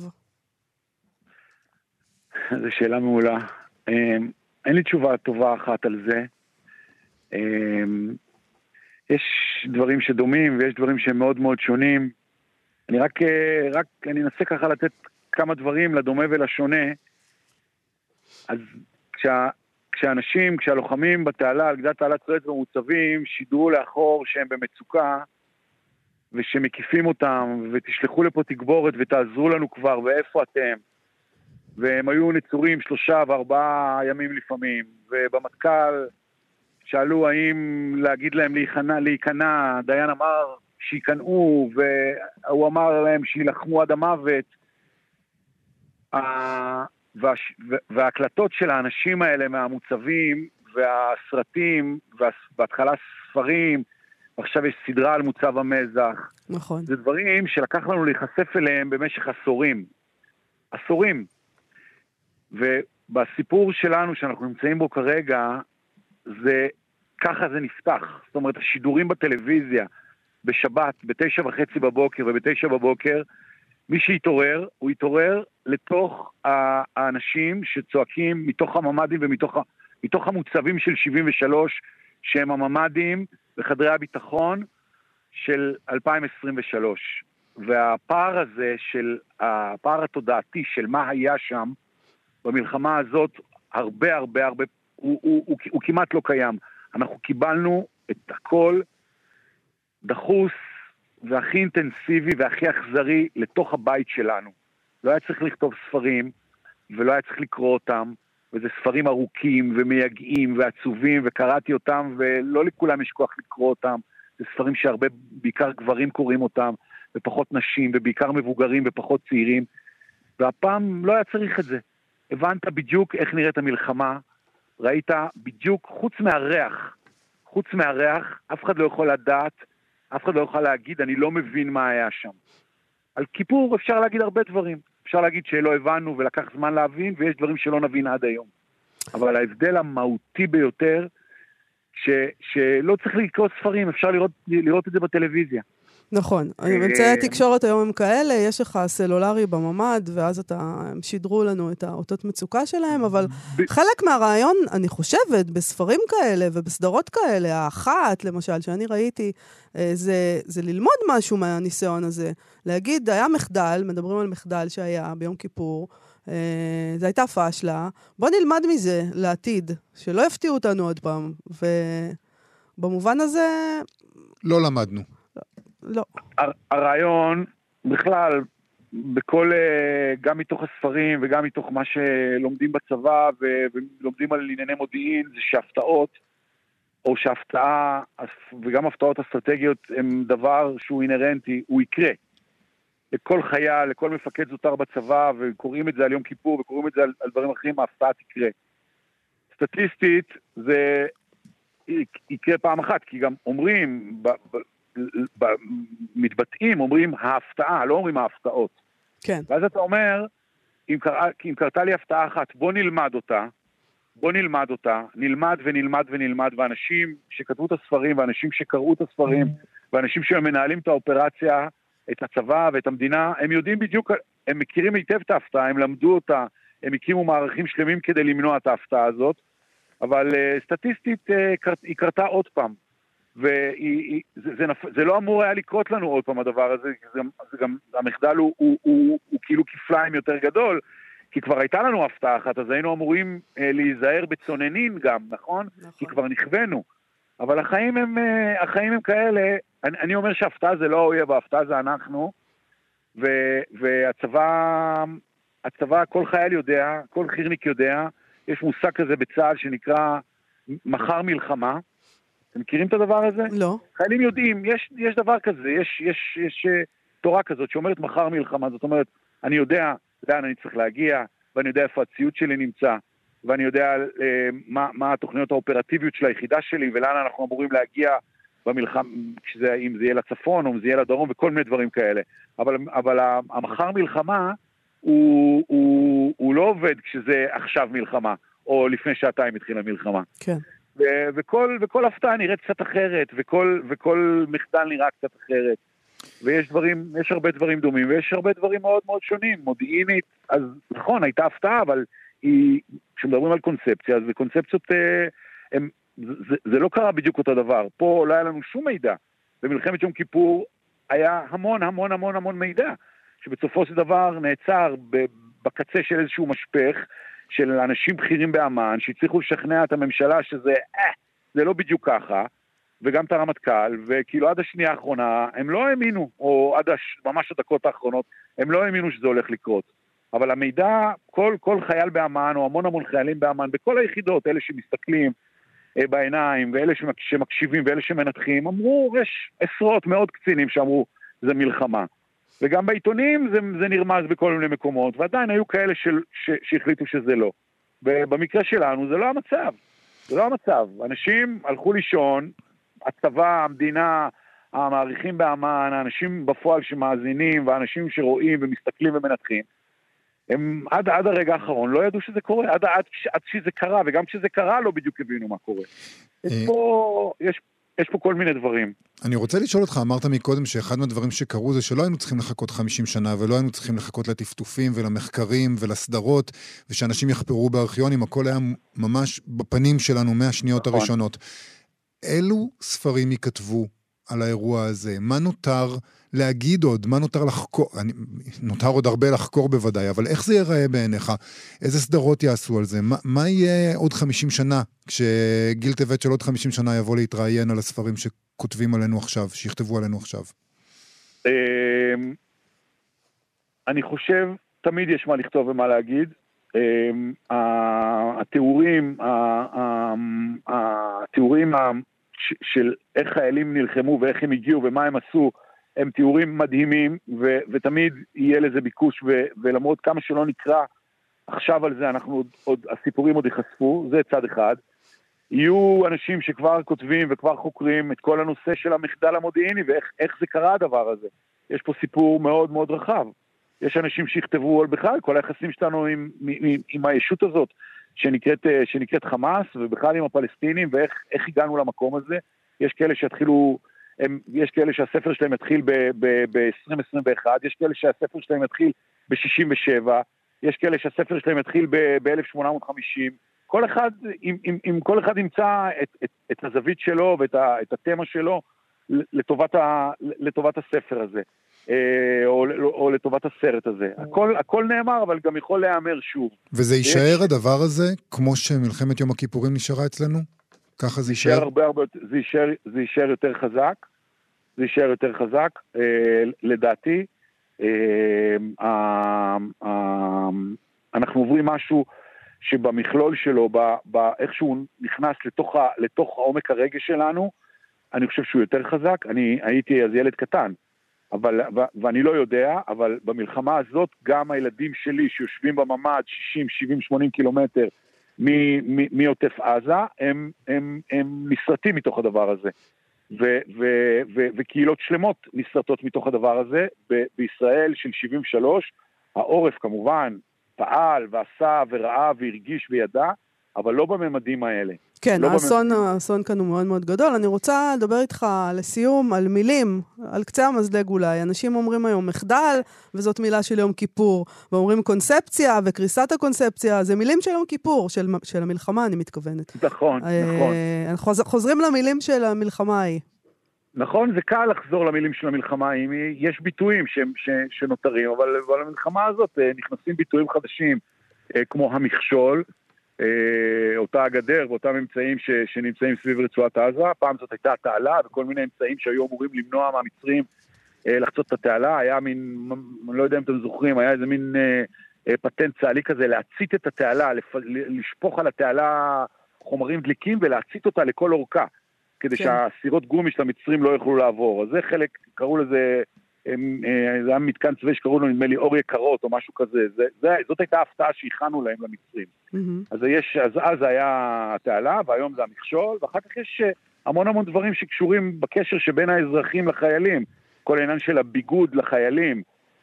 זו שאלה מעולה. אין לי תשובה טובה אחת על זה. יש דברים שדומים ויש דברים שהם מאוד מאוד שונים. אני אני אנסה ככה לתת כמה דברים לדומה ולשונה. אז כשהלוחמים בתעלה, על גדת תעלת סואץ ומוצבים, שידרו לאחור שהם במצוקה, ושמקיפים אותם, ותשלחו לפה תגבורת ותעזרו לנו כבר, ואיפה אתם? והם היו נצורים 3 ו4 ימים לפעמים, ובמטכ"ל שאלו האם להגיד להם להיכנע, דיין אמר שייכנעו, והוא אמר להם שילחמו עד המוות. וההקלטות של האנשים האלה מהמוצבים והסרטים, בהתחלה ספרים, ועכשיו יש סדרה על מוצב המזח. נכון. זה דברים שלקח לנו להיחשף אליהם במשך עשורים. ובסיפור שלנו שאנחנו נמצאים בו כרגע, ככה זה נפתח. זאת אומרת, השידורים בטלוויזיה בשבת, 9:30 בבוקר וב9 בבוקר, מי שיתעורר, הוא יתעורר לתוך האנשים שצועקים מתוך הממדים ומתוך המוצבים של 73, שהם הממדים וחדרי הביטחון של 2023. והפער הזה, הפער התודעתי של מה היה שם במלחמה הזאת, הרבה, הוא כמעט לא קיים. אנחנו קיבלנו את הכל דחוס, והכי אינטנסיבי והכי אכזרי לתוך הבית שלנו. לא היה צריך לכתוב ספרים, ולא היה צריך לקרוא אותם, וזה ספרים ארוכים ומייגעים ועצובים, וקראתי אותם, ולא לכולם יש כוח לקרוא אותם. זה ספרים שהרבה, בעיקר גברים קוראים אותם, ופחות נשים, ובעיקר מבוגרים ופחות צעירים, והפעם לא היה צריך את זה. הבנת בדיוק איך נראית המלחמה, ראית בדיוק, חוץ מהריח, אף אחד לא יכול לדעת, אף אחד לא יכול להגיד, אני לא מבין מה היה שם. על כיפור אפשר להגיד הרבה דברים. אפשר להגיד שלא הבנו ולקח זמן להבין, ויש דברים שלא נבין עד היום. אבל ההבדל המהותי ביותר, שלא צריך לקרוא ספרים, אפשר לראות את זה בטלוויזיה. נכון. אמצעי התקשורת היום הם כאלה, יש לך סלולרי בממד, ואז הם שידרו לנו את האותות מצוקה שלהם, אבל חלק מהרעיון, אני חושבת, בספרים כאלה ובסדרות כאלה, האחת, למשל, שאני ראיתי, זה ללמוד משהו מהניסיון הזה. להגיד, היה מחדל, מדברים על מחדל שהיה ביום כיפור, זה הייתה פשלה, בוא נלמד מזה לעתיד, שלא יפתיעו אותנו עוד פעם, ובמובן הזה... לא למדנו. לא. הרעיון, בכלל, גם מתוך הספרים וגם מתוך מה שלומדים בצבא ולומדים על ענייני מודיעין, זה שהפתעות, או שהפתעה, וגם הפתעות אסטרטגיות, הם דבר שהוא אינרנטי, הוא יקרה. לכל חייל, לכל מפקד זוטר בצבא, וקוראים את זה על יום כיפור, וקוראים את זה על דברים אחרים, ההפתעה תקרה. סטטיסטית, זה יקרה פעם אחת, כי גם אומרים, מתבטאים, אומרים ההפתעה, לא אומרים ההפתעות. כן. ואז אתה אומר, אם קרתה לי הפתעה אחת, בוא נלמד אותה, נלמד ונלמד ונלמד, ואנשים שכתבו את הספרים, ואנשים שקראו את הספרים, ואנשים שמנהלים את האופרציה, את הצבא ואת המדינה, הם יודעים בדיוק, הם מכירים היטב את ההפתעה, הם למדו אותה, הם הקימו מערכים שלמים כדי למנוע את ההפתעה הזאת, אבל סטטיסטית היא קרתה עוד פעם. וזה לא אמור היה לקרות לנו עוד פעם הדבר הזה, זה גם המחדל הוא כאילו כפליים יותר גדול, כי כבר הייתה לנו הפתעה אחת, אז היינו אמורים להיזהר בצוננין גם, נכון? כי כבר נכוונו. אבל החיים הם כאלה, אני אומר שההפתעה זה לא האויב, ההפתעה זה אנחנו, והצבא, כל חייל יודע, כל חירניק יודע, יש מושג כזה בצה"ל שנקרא מחר מלחמה, אתם מכירים את הדבר הזה? לא. חיילים יודעים, יש דבר כזה, יש תורה כזאת שאומרת מחר מלחמה, זאת אומרת, אני יודע לאן אני צריך להגיע, ואני יודע איפה הציוד שלי נמצא, ואני יודע מה התוכניות האופרטיביות של היחידה שלי, ולאן אנחנו אמורים להגיע במלחמה, אם זה יהיה לצפון, או אם זה יהיה לדרום, וכל מיני דברים כאלה. אבל המחר מלחמה, הוא לא עובד כשזה עכשיו מלחמה, או לפני שעתיים התחילה מלחמה. כן. וכל הפתעה נראית קצת אחרת, וכל מחדל נראה קצת אחרת. ויש הרבה דומים, ויש הרבה דברים מאוד מאוד שונים. מודיעינית, אז נכון, הייתה הפתעה, אבל כשמדברים על קונספציה, אז בקונספציות, זה לא קרה בדיוק אותו דבר. פה לא היה לנו שום מידע. במלחמת יום כיפור היה המון מידע, שבסופו של דבר נעצר בקצה של איזשהו משפך, של אנשים בכירים באמן, שהצליחו לשכנע את הממשלה שזה, זה לא בדיוק ככה, וגם את הרמטכ"ל, וכאילו עד השנייה האחרונה, הם לא האמינו, או עד ממש הדקות האחרונות, הם לא האמינו שזה הולך לקרות. אבל המידע, כל חייל באמן, או המון חיילים באמן, בכל היחידות, אלה שמסתכלים בעיניים, ואלה שמקשיבים, ואלה שמנתחים, אמרו, יש עשרות, מאות קצינים שאמרו, זה מלחמה. וגם בעיתונים זה נרמז בכל מיני מקומות, ועדיין היו כאלה שהחליטו שזה לא. במקרה שלנו זה לא המצב. זה לא המצב. אנשים הלכו לישון, הצבא, המדינה, המעריכים באמן, האנשים בפועל שמאזינים, והאנשים שרואים ומסתכלים ומנתחים, הם עד הרגע האחרון לא ידעו שזה קורה, עד שזה קרה, וגם כשזה קרה לא בדיוק הבינו מה קורה. יש פה כל מיני דברים. אני רוצה לשאול אותך, אמרת מקודם שאחד מהדברים שקרו זה שלא היינו צריכים לחכות 50 שנה, ולא היינו צריכים לחכות לטפטופים ולמחקרים ולסדרות, ושאנשים יחפרו בארכיונים, הכל היה ממש בפנים שלנו מהשניות הראשונות. אילו ספרים יכתבו על האירוע הזה? מה נותר להגיד עוד? מה נותר לחקור? נותר עוד הרבה לחקור בוודאי, אבל איך זה ייראה בעיניך? איזה סדרות יעשו על זה? מה יהיה עוד 50 שנה, כשגיל טבט של עוד 50 שנה יבוא להתראיין על הספרים שכותבים עלינו עכשיו, שיכתבו עלינו עכשיו? אני חושב, תמיד יש מה לכתוב ומה להגיד. התיאורים של איך חיילים נלחמו ואיך הם הגיעו ומה הם עשו, הם תיאורים מדהימים, ותמיד יהיה לזה ביקוש, ולמרות כמה שלא נקרא עכשיו על זה, הסיפורים עוד ייחשפו, זה צד אחד. יהיו אנשים שכבר כותבים וכבר חוקרים את כל הנושא של המחדל המודיעיני, ואיך זה קרה הדבר הזה. יש פה סיפור מאוד מאוד רחב. יש אנשים שיכתבו על בכלל כל היחסים שלנו עם הישות הזאת, שנקראת חמאס, ובכלל עם הפלסטינים, ואיך הגענו למקום הזה. יש כאלה שהתחילו, יש כאלה שהספר שלהם יתחיל ב-2021, יש כאלה שהספר שלהם יתחיל ב-67, יש כאלה שהספר שלהם יתחיל ב-1850, כל אחד, אם כל אחד ימצא את הזווית שלו ואת התמה שלו לטובת הספר הזה, או לטובת הסרט הזה. הכל נאמר, אבל גם יכול להיאמר שוב. וזה יישאר הדבר הזה, כמו שמלחמת יום הכיפורים נשארה אצלנו? ככה זה יישאר? זה יישאר יותר חזק. זה יישאר יותר חזק, לדעתי. אנחנו עוברים משהו שבמכלול שלו, איך שהוא נכנס לתוך העומק הרגש שלנו, אני חושב שהוא יותר חזק. אני הייתי אז ילד קטן, ואני לא יודע, אבל במלחמה הזאת גם הילדים שלי שיושבים בממד 60, 70, 80 קילומטר מעוטף עזה, הם נסרטים מתוך הדבר הזה. וקהילות שלמות נסרטות מתוך הדבר הזה. בישראל של 73, העורף כמובן פעל ועשה וראה והרגיש וידע, אבל לא בממדים האלה. כן, האסון כאן הוא מאוד מאוד גדול. אני רוצה לדבר איתך לסיום על מילים, על קצה המזלג אולי. אנשים אומרים היום מחדל, וזאת מילה של יום כיפור, ואומרים קונספציה וקריסת הקונספציה, זה מילים של יום כיפור, של המלחמה אני מתכוונת. נכון, נכון. אנחנו חוזרים למילים של המלחמה ההיא. נכון, זה קל לחזור למילים של המלחמה ההיא, יש ביטויים שנותרים, אבל במלחמה הזאת נכנסים ביטויים חדשים, כמו המכשול, אותה הגדר ואותם אמצעים שנמצאים סביב רצועת עזה. פעם זאת הייתה התעלה וכל מיני אמצעים שהיו אמורים למנוע מהמצרים לחצות את התעלה. היה מין, אני לא יודע אם אתם זוכרים, היה איזה מין פטנט צה"לי כזה, להצית את התעלה, לשפוך על התעלה חומרים דליקים ולהצית אותה לכל אורכה, כדי שהסירות גומי של המצרים לא יוכלו לעבור. אז זה חלק, קראו לזה, זה היה מתקן צבאי שקראו לו, נדמה לי, אור יקרות או משהו כזה. זאת הייתה ההפתעה שהכנו להם למצרים. אז היה התעלה, והיום זה המכשול, ואחר כך יש המון דברים שקשורים בקשר שבין האזרחים לחיילים. כל העניין של הביגוד לחיילים,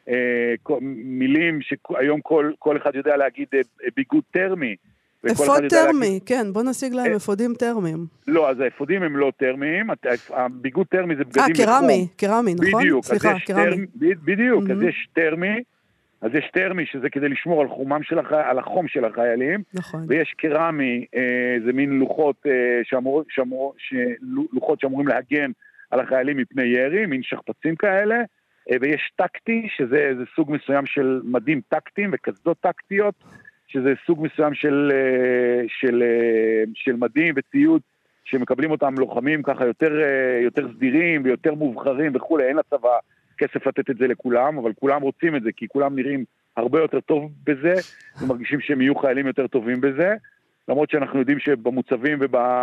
מילים שהיום כל אחד יודע להגיד ביגוד טרמי. אפוד טרמי, כן, בוא נשיג להם אפודים טרמיים. לא, אז האפודים הם לא טרמיים, הביגוד טרמי זה בגדים קרמי, נכון? בדיוק, סליחה, קרמי. בדיוק, אז יש טרמי, שזה כדי לשמור על החום של החיילים, נכון. ויש קרמי, זה מין לוחות שאמורים להגן על החיילים מפני ירי, מין שכפצים כאלה, ויש טקטי, שזה סוג מסוים של מדים טקטיים וקסדות טקטיות, שזה סוג מסוים של מדים וציוד שמקבלים אותם לוחמים ככה יותר סדירים ויותר מובחרים וכו'. אין לצבא כסף לתת את זה לכולם, אבל כולם רוצים את זה, כי כולם נראים הרבה יותר טוב בזה, ומרגישים שהם יהיו חיילים יותר טובים בזה, למרות שאנחנו יודעים שבמוצבים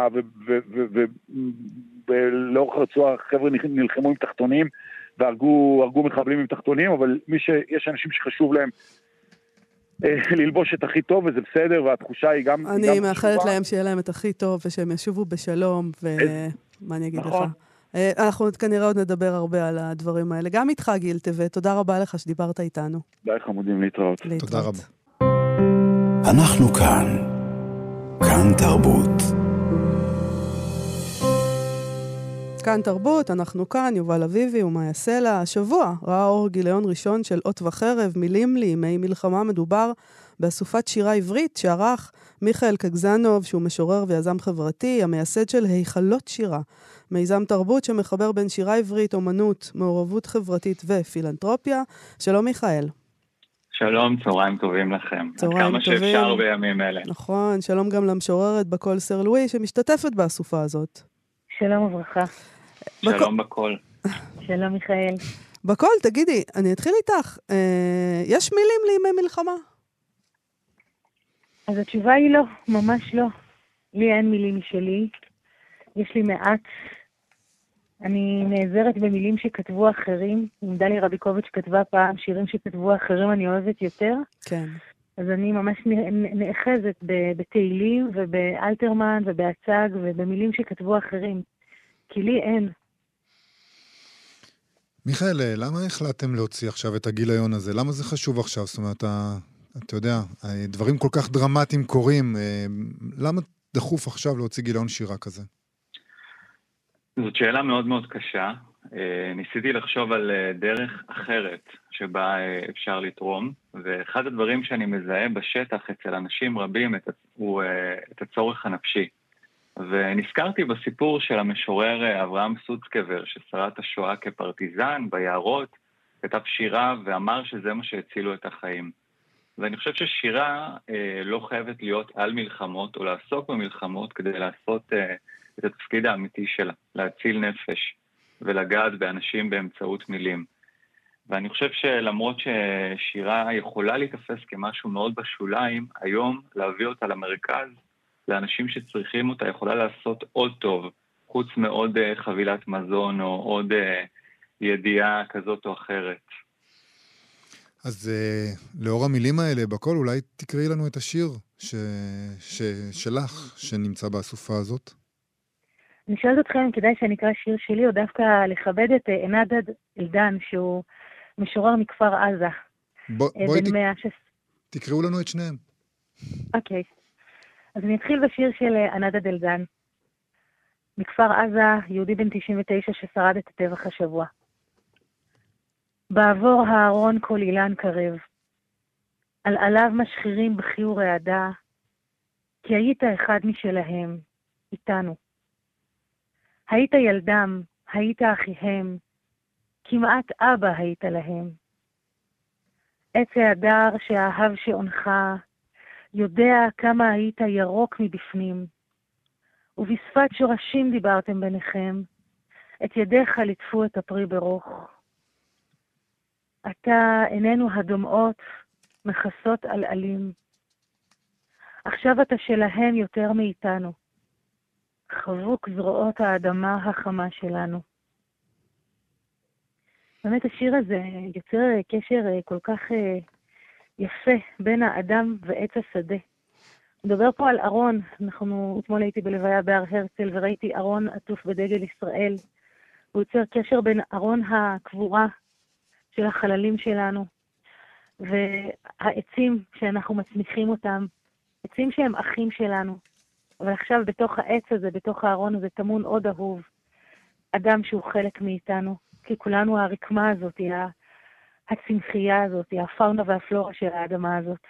ולאורך הרצועה חבר'ה נלחמו עם תחתונים, והרגו מחבלים עם תחתונים, אבל יש אנשים שחשוב להם ללבוש את הכי טוב, וזה בסדר, והתחושה היא גם... אני מאחלת להם שיהיה להם את הכי טוב, ושהם ישובו בשלום, ומה אני אגיד לך? אנחנו כנראה עוד נדבר הרבה על הדברים האלה. גם איתך, גיל טבת, תודה רבה לך שדיברת איתנו. די חמודים, להתראות. תודה רבה. אנחנו כאן תרבות. כאן תרבות, אנחנו כאן, יובל אביבי ומאיה סלע. השבוע ראה אור גיליון ראשון של אות וחרב, מילים לימי מלחמה. מדובר באסופת שירה עברית שערך מיכאל קגזנוב, שהוא משורר ויזם חברתי, המייסד של היכלות שירה, מיזם תרבות שמחבר בין שירה עברית, אומנות, מעורבות חברתית ופילנטרופיה. שלום מיכאל. שלום, צהריים טובים לכם. צהריים כמה טובים. שאפשר בימים אלה. נכון, שלום גם למשוררת בקול סר לואי שמשתתפת באסופה הזאת. שלום וברכה. שלום בכל. שלום מיכאל. בכל, תגידי, אני אתחיל איתך. יש מילים לימי מלחמה? אז התשובה היא לא, ממש לא. לי אין מילים משלי. יש לי מעט. אני נעזרת במילים שכתבו אחרים. אם דלי רביקוביץ' כתבה פעם שירים שכתבו אחרים אני אוהבת יותר. כן. אז אני ממש נאחזת בתהילים ובאלתרמן ובהצג ובמילים שכתבו אחרים. כי לי אין. מיכאל, למה החלטתם להוציא עכשיו את הגיליון הזה? למה זה חשוב עכשיו? זאת אומרת, אתה יודע, דברים כל כך דרמטיים קורים, למה דחוף עכשיו להוציא גיליון שירה כזה? זאת שאלה מאוד מאוד קשה. ניסיתי לחשוב על דרך אחרת שבה אפשר לתרום, ואחד הדברים שאני מזהה בשטח אצל אנשים רבים הוא את הצורך הנפשי. ונזכרתי בסיפור של המשורר אברהם סוצקבר, ששרד את השואה כפרטיזן ביערות, כתב שירה ואמר שזה מה שהצילו את החיים. ואני חושב ששירה לא חייבת להיות על מלחמות או לעסוק במלחמות כדי לעשות את התפקיד האמיתי שלה, להציל נפש ולגעת באנשים באמצעות מילים. ואני חושב שלמרות ששירה יכולה להתאפס כמשהו מאוד בשוליים, היום להביא אותה למרכז, לאנשים שצריכים אותה, יכולה לעשות עוד טוב, חוץ מעוד חבילת מזון או עוד ידיעה כזאת או אחרת. אז לאור המילים האלה בכל, אולי תקראי לנו את השיר שלך, שנמצא באסופה הזאת. אני שואלת אתכם אם כדאי שאני אקרא שיר שלי, או דווקא לכבד את ענדד אלדן, שהוא משורר מכפר עזה. בואי תקראו לנו את שניהם. אוקיי. אז אני אתחיל בשיר של ענדד אלדן. מכפר עזה, יהודי בן 99 ששרד את הטבח השבוע. בעבור הארון כל אילן קרב. על עליו משחירים בחיור רעדה, כי היית אחד משלהם, איתנו. היית ילדם, היית אחיהם, כמעט אבא היית להם. עץ ההדר שאהב שעונך, יודע כמה היית ירוק מבפנים, ובשפת שורשים דיברתם ביניכם, את ידיך ליטפו את הפרי ברוך. אתה עינינו הדומעות, מכסות על עלים. עכשיו אתה שלהם יותר מאיתנו. חבוק זרועות האדמה החמה שלנו. באמת השיר הזה יוצר קשר כל כך יפה בין האדם ועץ השדה. מדבר פה על ארון, אתמול הייתי בלוויה בהר הרצל וראיתי ארון עטוף בדגל ישראל. הוא יוצר קשר בין ארון הקבורה של החללים שלנו והעצים שאנחנו מצמיחים אותם, עצים שהם אחים שלנו. אבל עכשיו בתוך העץ הזה, בתוך הארון הזה, טמון עוד אהוב, אדם שהוא חלק מאיתנו, כי כולנו הרקמה הזאת, הצמחייה הזאת, הפאונה והפלורה של האדמה הזאת.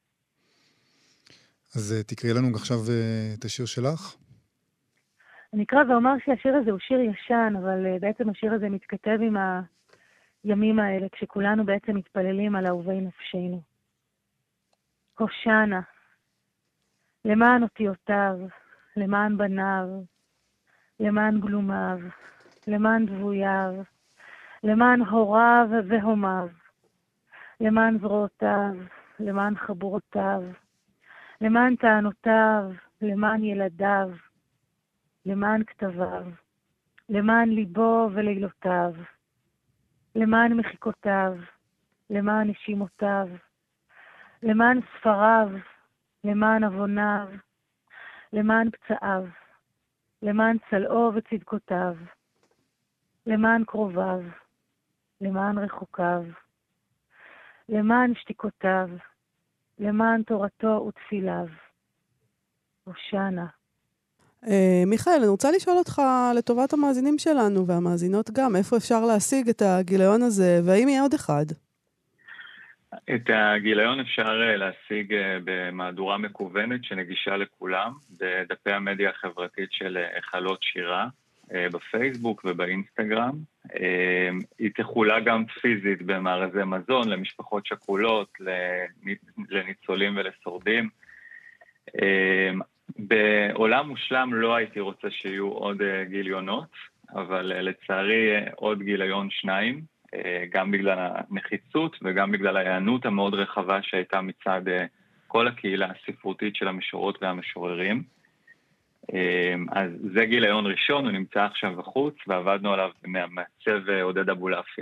אז תקראי לנו עכשיו את השיר שלך. אני אקרא ואומר שהשיר הזה הוא שיר ישן, אבל בעצם השיר הזה מתכתב עם הימים האלה, כשכולנו בעצם מתפללים על אהובי נפשנו. הושענא, למען אותיותיו, למען בניו, למען גלומיו, למען דבויו, למען הוריו והומיו, למען זרועותיו, למען חברותיו, למען טענותיו, למען ילדיו, למען כתביו, למען ליבו ולילותיו, למען מחיקותיו, למען נשימותיו, למען ספריו, למען אבוניו, למען פצעיו, למען צלעו וצדקותיו, למען קרוביו, למען רחוקיו, למען שתיקותיו, למען תורתו ותפיליו. הושענא. מיכאל, אני רוצה לשאול אותך לטובת המאזינים שלנו והמאזינות גם, איפה אפשר להשיג את הגיליון הזה, והאם יהיה עוד אחד? את הגיליון אפשר להשיג במהדורה מקוונת שנגישה לכולם, בדפי המדיה החברתית של חלות שירה, בפייסבוק ובאינסטגרם. היא תחולה גם פיזית במארזי מזון, למשפחות שכולות, לניצולים ולשורדים. בעולם מושלם לא הייתי רוצה שיהיו עוד גיליונות, אבל לצערי עוד גיליון 2, גם בגלל הנחיצות וגם בגלל ההיענות המאוד רחבה שהייתה מצד כל הקהילה הספרותית של המשוררות והמשוררים. אז זה גיליון ראשון, הוא נמצא עכשיו בחוץ, ועבדנו עליו מהמעצב עודד אבולעפיה.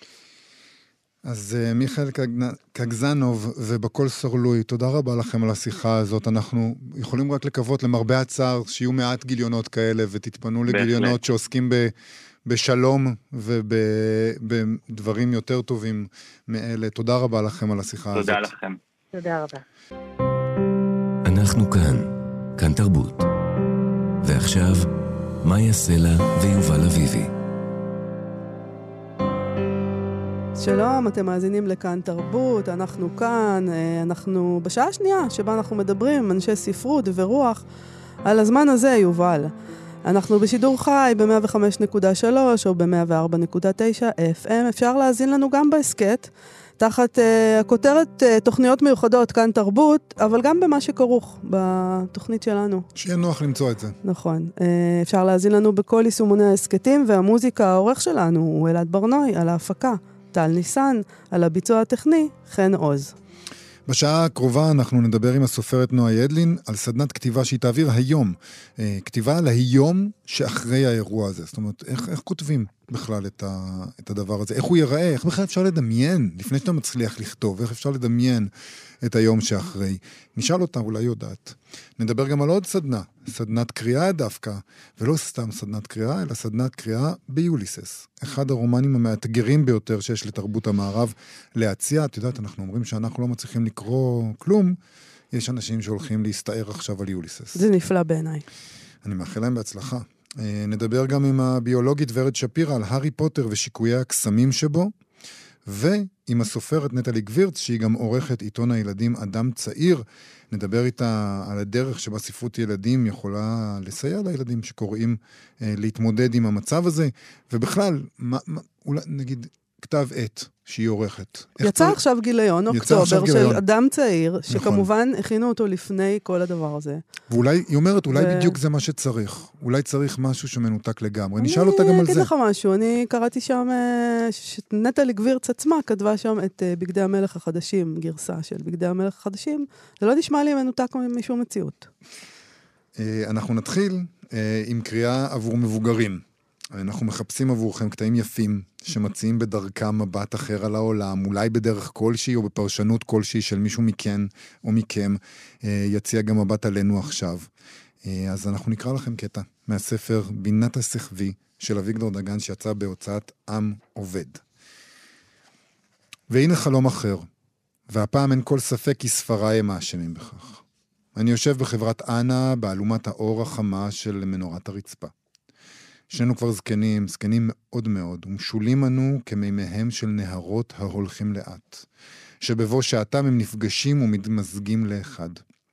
אז מיכאל קגזנוב ובקול סורלוי, תודה רבה לכם על השיחה הזאת. אנחנו יכולים רק לקוות למרבה הצער שיהיו מעט גיליונות כאלה, ותתפנו לגיליונות שעוסקים בשלום ובדברים יותר טובים מאלה. תודה רבה לכם על השיחה הזאת. תודה לכם. תודה רבה. אנחנו כאן תרבות. ועכשיו, מאיה סלע ויובל אביבי. שלום, אתם מאזינים לכאן תרבות, אנחנו כאן, אנחנו בשעה השנייה שבה אנחנו מדברים, אנשי ספרות ורוח, על הזמן הזה, יובל. אנחנו בשידור חי ב-105.3 או ב-104.9 FM, אפשר להאזין לנו גם בהסקט, תחת הכותרת תוכניות מיוחדות, כאן תרבות, אבל גם במה שכרוך בתוכנית שלנו. שיהיה נוח למצוא את זה. נכון. אפשר להאזין לנו בכל יישומוני ההסקטים, והמוזיקה, העורך שלנו הוא אלעד ברנוי, על ההפקה, טל ניסן, על הביצוע הטכני, חן עוז. בשעה הקרובה אנחנו נדבר עם הסופרת נועה ידלין על סדנת כתיבה שהיא תעביר היום. כתיבה להיום שאחרי האירוע הזה. זאת אומרת, איך כותבים בכלל את הדבר הזה? איך הוא ייראה? איך בכלל אפשר לדמיין? לפני שאתה מצליח לכתוב, איך אפשר לדמיין את היום שאחרי? נשאל אותה, אולי יודעת. נדבר גם על עוד סדנה. סדנת קריאה דווקא, ולא סתם סדנת קריאה, אלא סדנת קריאה ביוליסס. אחד הרומנים המאתגרים ביותר שיש לתרבות המערב להציע. את יודעת, אנחנו אומרים שאנחנו לא מצליחים לקרוא כלום. יש אנשים שהולכים להסתער עכשיו על יוליסס. זה נפלא בעיניי. אני מאחל להם בהצלחה. נדבר גם עם הביולוגית ורד שפירא על הארי פוטר ושיקויי הקסמים שבו, ועם הסופרת נטלי גבירץ, שהיא גם עורכת עיתון הילדים אדם צעיר. נדבר איתה על הדרך שבה ספרות ילדים יכולה לסייע לילדים שקוראים להתמודד עם המצב הזה, ובכלל, אולי נגיד כתב עת שהיא עורכת. יצא עכשיו גיליון, אוקטובר, של אדם צעיר, שכמובן הכינו אותו לפני כל הדבר הזה. ואולי, היא אומרת, אולי בדיוק זה מה שצריך. אולי צריך משהו שמנותק לגמרי. נשאל אותה גם על זה. אני אגיד לך משהו, אני קראתי שם, נטלי גבירץ עצמה כתבה שם את בגדי המלך החדשים, גרסה של בגדי המלך החדשים. זה לא נשמע לי מנותק משום מציאות. אנחנו נתחיל עם קריאה עבור מבוגרים. אנחנו מחפשים עבורכם קטעים יפים שמציעים בדרכם מבט אחר על העולם, אולי בדרך כלשהי או בפרשנות כלשהי של מישהו מכן או מכם, יציע גם מבט עלינו עכשיו. אז אנחנו נקרא לכם קטע מהספר בינת הסחבי של אביגדור דגן שיצא בהוצאת עם עובד. והנה חלום אחר, והפעם אין כל ספק כי ספריי הם האשמים בכך. אני יושב בחברת אנה באלומת האור החמה של מנורת הרצפה. שנינו כבר זקנים מאוד מאוד, ומשולים אנו כמימיהם של נהרות ההולכים לאט, שבבוא שעתם הם נפגשים ומתמזגים לאחד.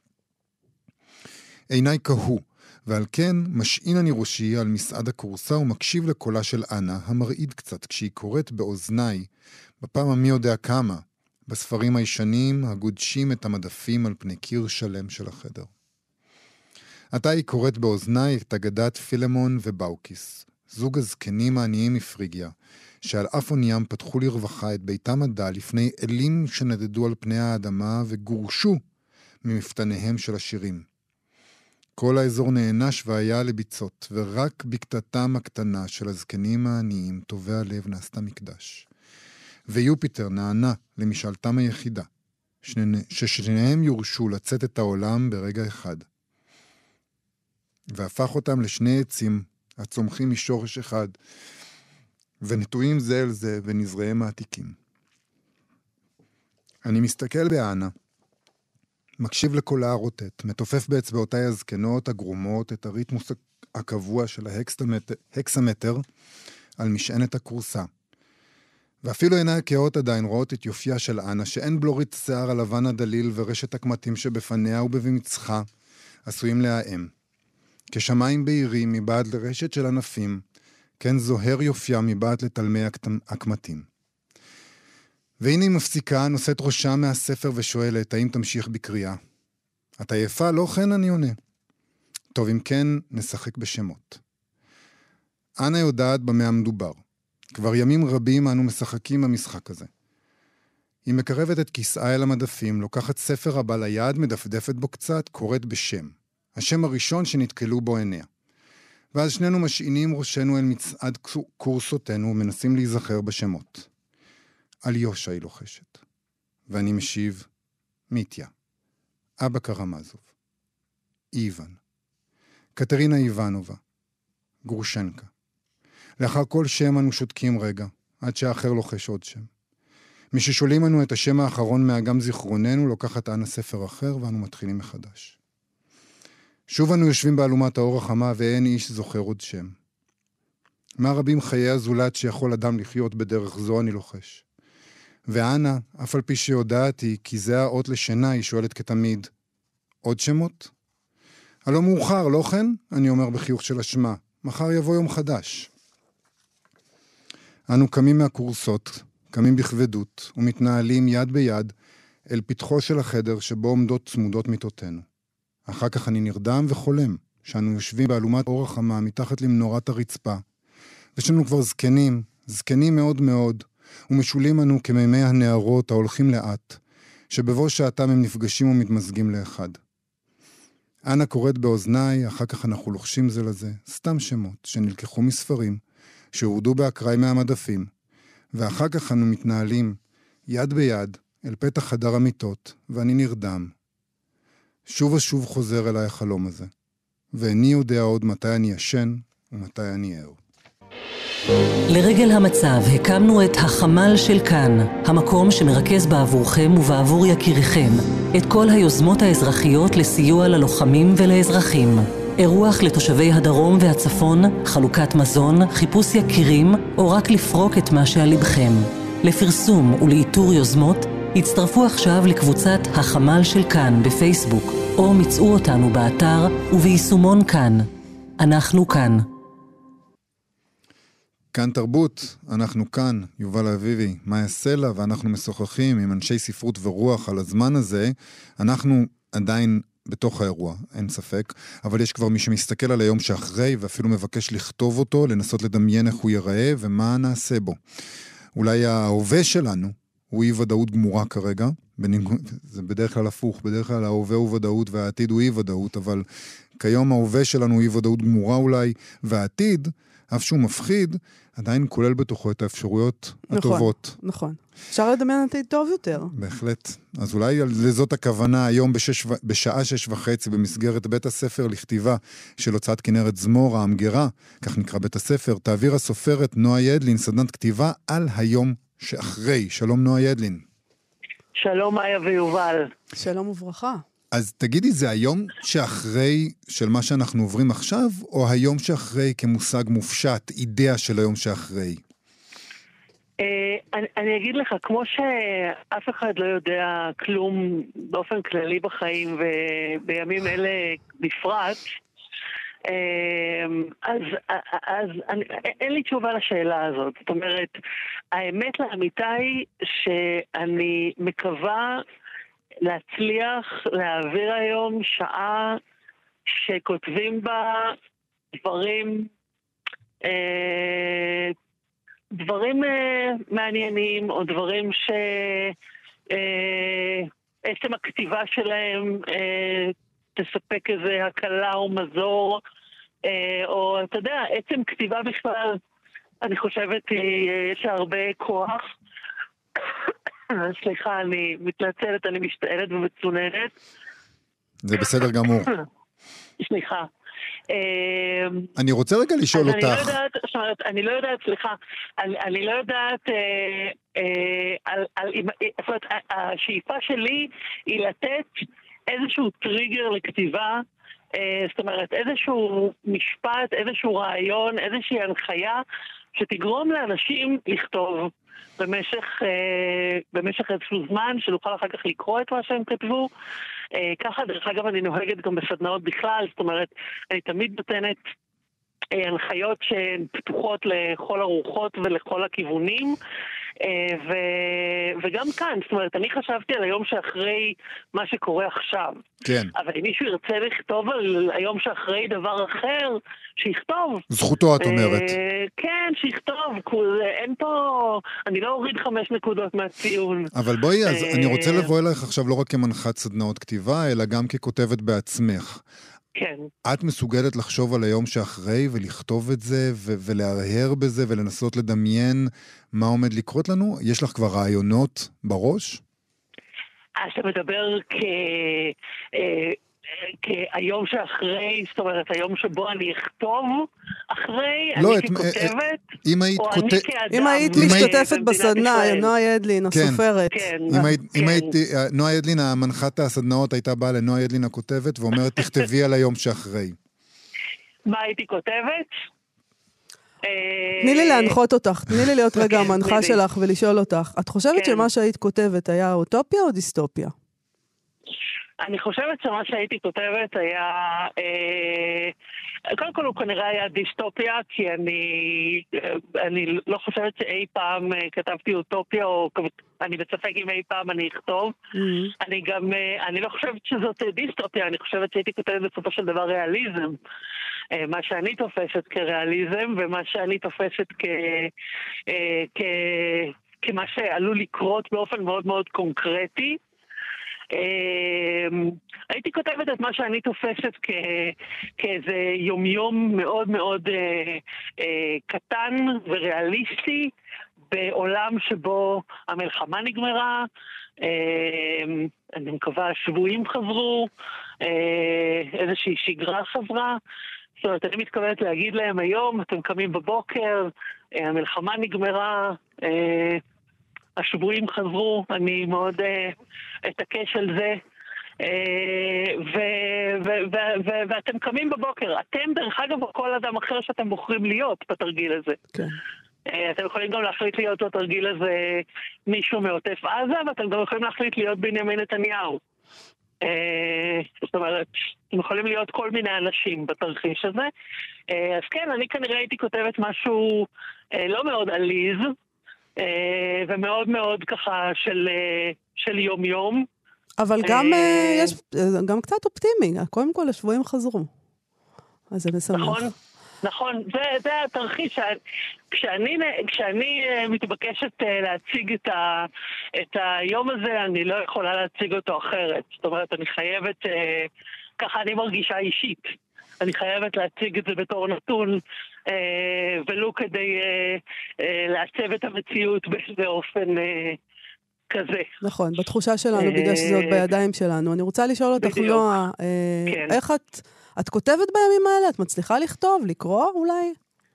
עיניי קהו, ועל כן משעין אני ראשי על מסעד הקורסה ומקשיב לקולה של אנה, המרעיד קצת, כשהיא קוראת באוזניי, בפעם המי יודע כמה, בספרים הישנים הגודשים את המדפים על פני קיר שלם של החדר. עתה היא קוראת באוזניי את אגדת פילמון ובאוקיס, זוג הזקנים העניים מפריגיה, שעל אף אוניים פתחו לרווחה את ביתם הדל לפני אלים שנדדו על פני האדמה וגורשו ממפתניהם של השירים. כל האזור נענש והיה לביצות, ורק בקטתם הקטנה של הזקנים העניים טובי הלב נעשתה מקדש. ויופיטר נענה למשאלתם היחידה, ששניהם יורשו לצאת את העולם ברגע אחד. והפך אותם לשני עצים הצומחים משורש אחד, ונטועים זה אל זה ונזריהם העתיקים. אני מסתכל באנה, מקשיב לקולה הרוטט, מתופף באצבעותיי הזקנות הגרומות את הריתמוס הקבוע של ההקסמטר על משענת הקורסה. ואפילו עיניי הכאות עדיין רואות את יופייה של אנה, שאין בלורית שיער הלבן הדליל ורשת הקמטים שבפניה ובמצחה עשויים להאם. כשמיים בהירים מבעד לרשת של ענפים, כן זוהר יופיה מבעד לתלמי הקמטים. והנה היא מפסיקה, נושאת ראשה מהספר ושואלת, האם תמשיך בקריאה? את עייפה? לא כן, אני עונה. טוב, אם כן, נשחק בשמות. אנה יודעת במה המדובר. כבר ימים רבים אנו משחקים במשחק הזה. היא מקרבת את כיסאה אל המדפים, לוקחת ספר הבא ליד, מדפדפת בו קצת, קוראת בשם. השם הראשון שנתקלו בו עיניה. ואז שנינו משעינים ראשנו אל מצעד קורסותינו ומנסים להיזכר בשמות. על יושה היא לוחשת. ואני משיב, מיטיה, אבא קרמזוב, איוון, קטרינה איוונובה, גרושנקה. לאחר כל שם אנו שותקים רגע, עד שהאחר לוחש עוד שם. מי ששואלים לנו את השם האחרון מאגם זיכרוננו, לוקחת אנה ספר אחר ואנו מתחילים מחדש. שוב אנו יושבים באלומת האור החמה ואין איש זוכר עוד שם. מה רבים חיי הזולת שיכול אדם לחיות בדרך זו אני לוחש. ואנה, אף על פי שיודעתי כי זה האות לשינה, היא שואלת כתמיד, עוד שמות? הלא מאוחר, לא כן? אני אומר בחיוך של אשמה. מחר יבוא יום חדש. אנו קמים מהקורסות, קמים בכבדות, ומתנהלים יד ביד אל פתחו של החדר שבו עומדות צמודות מיטותינו. אחר כך אני נרדם וחולם, שאנו יושבים באלומת אור החמה מתחת למנורת הרצפה, ושאנו כבר זקנים, זקנים מאוד מאוד, ומשולים אנו כמימי הנערות ההולכים לאט, שבבוא שעתם הם נפגשים ומתמזגים לאחד. אנה קוראת באוזניי, אחר כך אנחנו לוחשים זה לזה, סתם שמות שנלקחו מספרים, שהורדו באקראי מהמדפים, ואחר כך אנו מתנהלים יד ביד אל פתח חדר המיטות, ואני נרדם. שוב ושוב חוזר אליי החלום הזה, ואיני יודע עוד מתי אני ישן ומתי אני ער. לרגל המצב הקמנו את החמ"ל של כאן, המקום שמרכז בעבורכם ובעבור יקיריכם את כל היוזמות האזרחיות לסיוע ללוחמים ולאזרחים. אירוח לתושבי הדרום והצפון, חלוקת מזון, חיפוש יקירים או רק לפרוק את מה שעל לבכם. לפרסום ולאיתור יוזמות, הצטרפו עכשיו לקבוצת החמ"ל של כאן בפייסבוק, או מצאו אותנו באתר וביישומון כאן. אנחנו כאן. כאן תרבות, אנחנו כאן, יובל אביבי, מאיה סלע, ואנחנו משוחחים עם אנשי ספרות ורוח על הזמן הזה. אנחנו עדיין בתוך האירוע, אין ספק, אבל יש כבר מי שמסתכל על היום שאחרי, ואפילו מבקש לכתוב אותו, לנסות לדמיין איך הוא ייראה ומה נעשה בו. אולי ההווה שלנו הוא אי ודאות גמורה כרגע, זה בדרך כלל הפוך, בדרך כלל ההווה הוא ודאות והעתיד הוא אי ודאות, אבל כיום ההווה שלנו הוא אי ודאות גמורה אולי, והעתיד, אף שהוא מפחיד, עדיין כולל בתוכו את האפשרויות הטובות. נכון. אפשר לדמיין עתיד טוב יותר. בהחלט. אז אולי לזאת הכוונה היום בשעה 6:30 במסגרת בית הספר לכתיבה של הוצאת כנרת זמור, המגרה, כך נקרא בית הספר, תעביר הסופרת נועה ידלין, סדנת כתיבה על היום שאחרי. שלום נועה ידלין. שלום מאיה ויובל. שלום וברכה. אז תגידי, זה היום שאחרי של מה שאנחנו עוברים עכשיו, או היום שאחרי כמושג מופשט, אידאה של היום שאחרי? אני אגיד לך, כמו שאף אחד לא יודע כלום באופן כללי בחיים, ובימים אלה בפרט, אז אין לי תשובה לשאלה הזאת. זאת אומרת, האמת לאמיתה היא שאני מקווה להצליח להעביר היום שעה שכותבים בה דברים מעניינים, או דברים שעצם הכתיבה שלהם תספק איזה הקלה או מזור, או אתה יודע, עצם כתיבה בכלל, אני חושבת יש הרבה כוח. סליחה, אני מתנצלת, אני משתעלת ומצוננת. זה בסדר גמור. סליחה. אני רוצה רגע לשאול אותך. אני לא יודעת, סליחה, אני לא יודעת, זאת אומרת, השאיפה שלי היא לתת איזשהו טריגר לכתיבה, זאת אומרת, איזשהו משפט, איזשהו רעיון, איזושהי הנחיה, שתגרום לאנשים לכתוב במשך איזשהו זמן, שנוכל אחר כך לקרוא את מה שהם כתבו. ככה, דרך אגב, אני נוהגת גם בסדנאות בכלל, זאת אומרת, אני תמיד נותנת הנחיות שהן פתוחות לכל הרוחות ולכל הכיוונים, וגם כאן, זאת אומרת, אני חשבתי על היום שאחרי מה שקורה עכשיו. כן. אבל אם מישהו ירצה לכתוב על היום שאחרי דבר אחר, שיכתוב. זכותו, את אומרת. כן, שיכתוב. אין פה, אני לא אוריד 5 נקודות מהציון. אבל בואי, אז אני רוצה לבוא אלייך עכשיו לא רק כמנחת סדנאות כתיבה, אלא גם ככותבת בעצמך. כן. את מסוגלת לחשוב על היום שאחרי ולכתוב את זה ולהרהר בזה ולנסות לדמיין מה עומד לקרות לנו? יש לך כבר רעיונות בראש? אתה מדבר כהיום שאחרי, זאת אומרת, היום שבו אני אכתוב אחרי, אני ככותבת, אם היית משתתפת בסדנה, נועה ידלין, הסופרת. אם היית, נועה ידלין, המנחת הסדנאות הייתה באה לנועה ידלין הכותבת, ואומרת, תכתבי על היום שאחרי. מה הייתי כותבת? תני לי להנחות אותך, תני לי להיות רגע המנחה שלך ולשאול אותך. את חושבת שמה שהיית כותבת היה אוטופיה או דיסטופיה? אני חושבת שמה שהייתי כותבת היה... קודם כל הוא כנראה היה דיסטופיה, כי אני לא חושבת שאי פעם כתבתי אוטופיה, או אני בספק אם אי פעם אני אכתוב. אני לא חושבת שזאת דיסטופיה, אני חושבת שהייתי כותבת בסופו של דבר ריאליזם. מה שאני תופסת כריאליזם, ומה שאני תופסת כמה שעלול לקרות באופן מאוד מאוד קונקרטי. הייתי כותבת את מה שאני תופסת כאיזה יומיום מאוד מאוד קטן וריאליסטי בעולם שבו המלחמה נגמרה, אני מקווה השבויים חזרו, איזושהי שגרה חזרה. זאת אומרת, אני מתכוונת להגיד להם היום, אתם קמים בבוקר, המלחמה נגמרה, השבויים חזרו, אני מאוד אתעקש על זה, ואתם קמים בבוקר. אתם, דרך אגב, או כל אדם אחר שאתם בוחרים להיות בתרגיל הזה. כן. אתם יכולים גם להחליט להיות בתרגיל הזה מישהו מעוטף עזה, ואתם גם יכולים להחליט להיות בנימין נתניהו. זאת אומרת, אתם יכולים להיות כל מיני אנשים בתרחיש הזה. אז כן, אני כנראה הייתי כותבת משהו לא מאוד עליז, ומאוד מאוד ככה של יום יום. אבל גם יש גם קצת אופטימי. קודם כל השבויים חזרו. אז זה משמח. נכון, זה התרחיש. כשאני מתבקשת להציג את היום הזה, אני לא יכולה להציג אותו אחרת. זאת אומרת, אני חייבת, ככה אני מרגישה אישית. אני חייבת להציג את זה בתור נתון, ולא כדי לעצב את המציאות באיזה אופן כזה. נכון, בתחושה שלנו, בגלל שזה עוד בידיים שלנו. אני רוצה לשאול אותך, נועה, איך את כותבת בימים האלה? את מצליחה לכתוב, לקרוא אולי?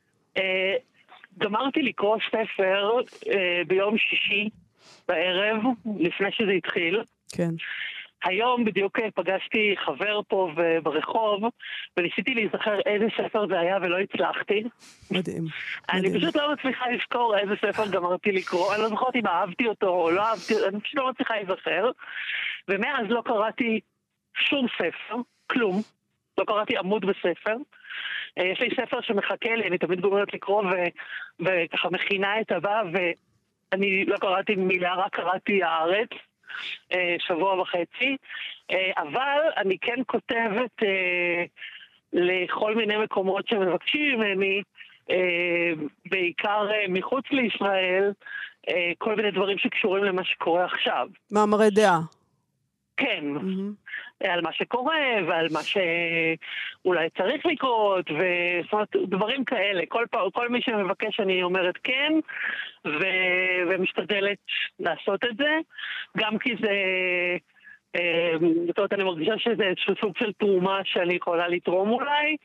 גמרתי לקרוא ספר ביום שישי בערב, לפני שזה התחיל. כן. היום בדיוק פגשתי חבר פה ברחוב, וניסיתי להיזכר איזה ספר זה היה ולא הצלחתי. מדהים. אני פשוט לא מצליחה לזכור איזה ספר גמרתי לקרוא, אני לא זוכרת אם אהבתי אותו או לא אהבתי, אני פשוט לא מצליחה להיזכר, ומאז לא קראתי שום ספר, כלום, לא קראתי עמוד בספר. יש לי ספר שמחכה לי, אני תמיד גומרת לקרוא וככה מכינה את הבא, ואני לא קראתי מילה, רק קראתי הארץ. שבוע וחצי, אבל אני כן כותבת לכל מיני מקומות שמבקשים ממני, בעיקר מחוץ לישראל, כל מיני דברים שקשורים למה שקורה עכשיו. מאמרי דעה. כן, על מה שקורה ועל מה שאולי צריך לקרות, זאת אומרת, דברים כאלה. כל מי שמבקש אני אומרת כן, ומשתדלת לעשות את זה, גם כי זה, זאת אומרת, אני מרגישה שזה איזשהו סוג של תרומה שאני יכולה לתרום אולי.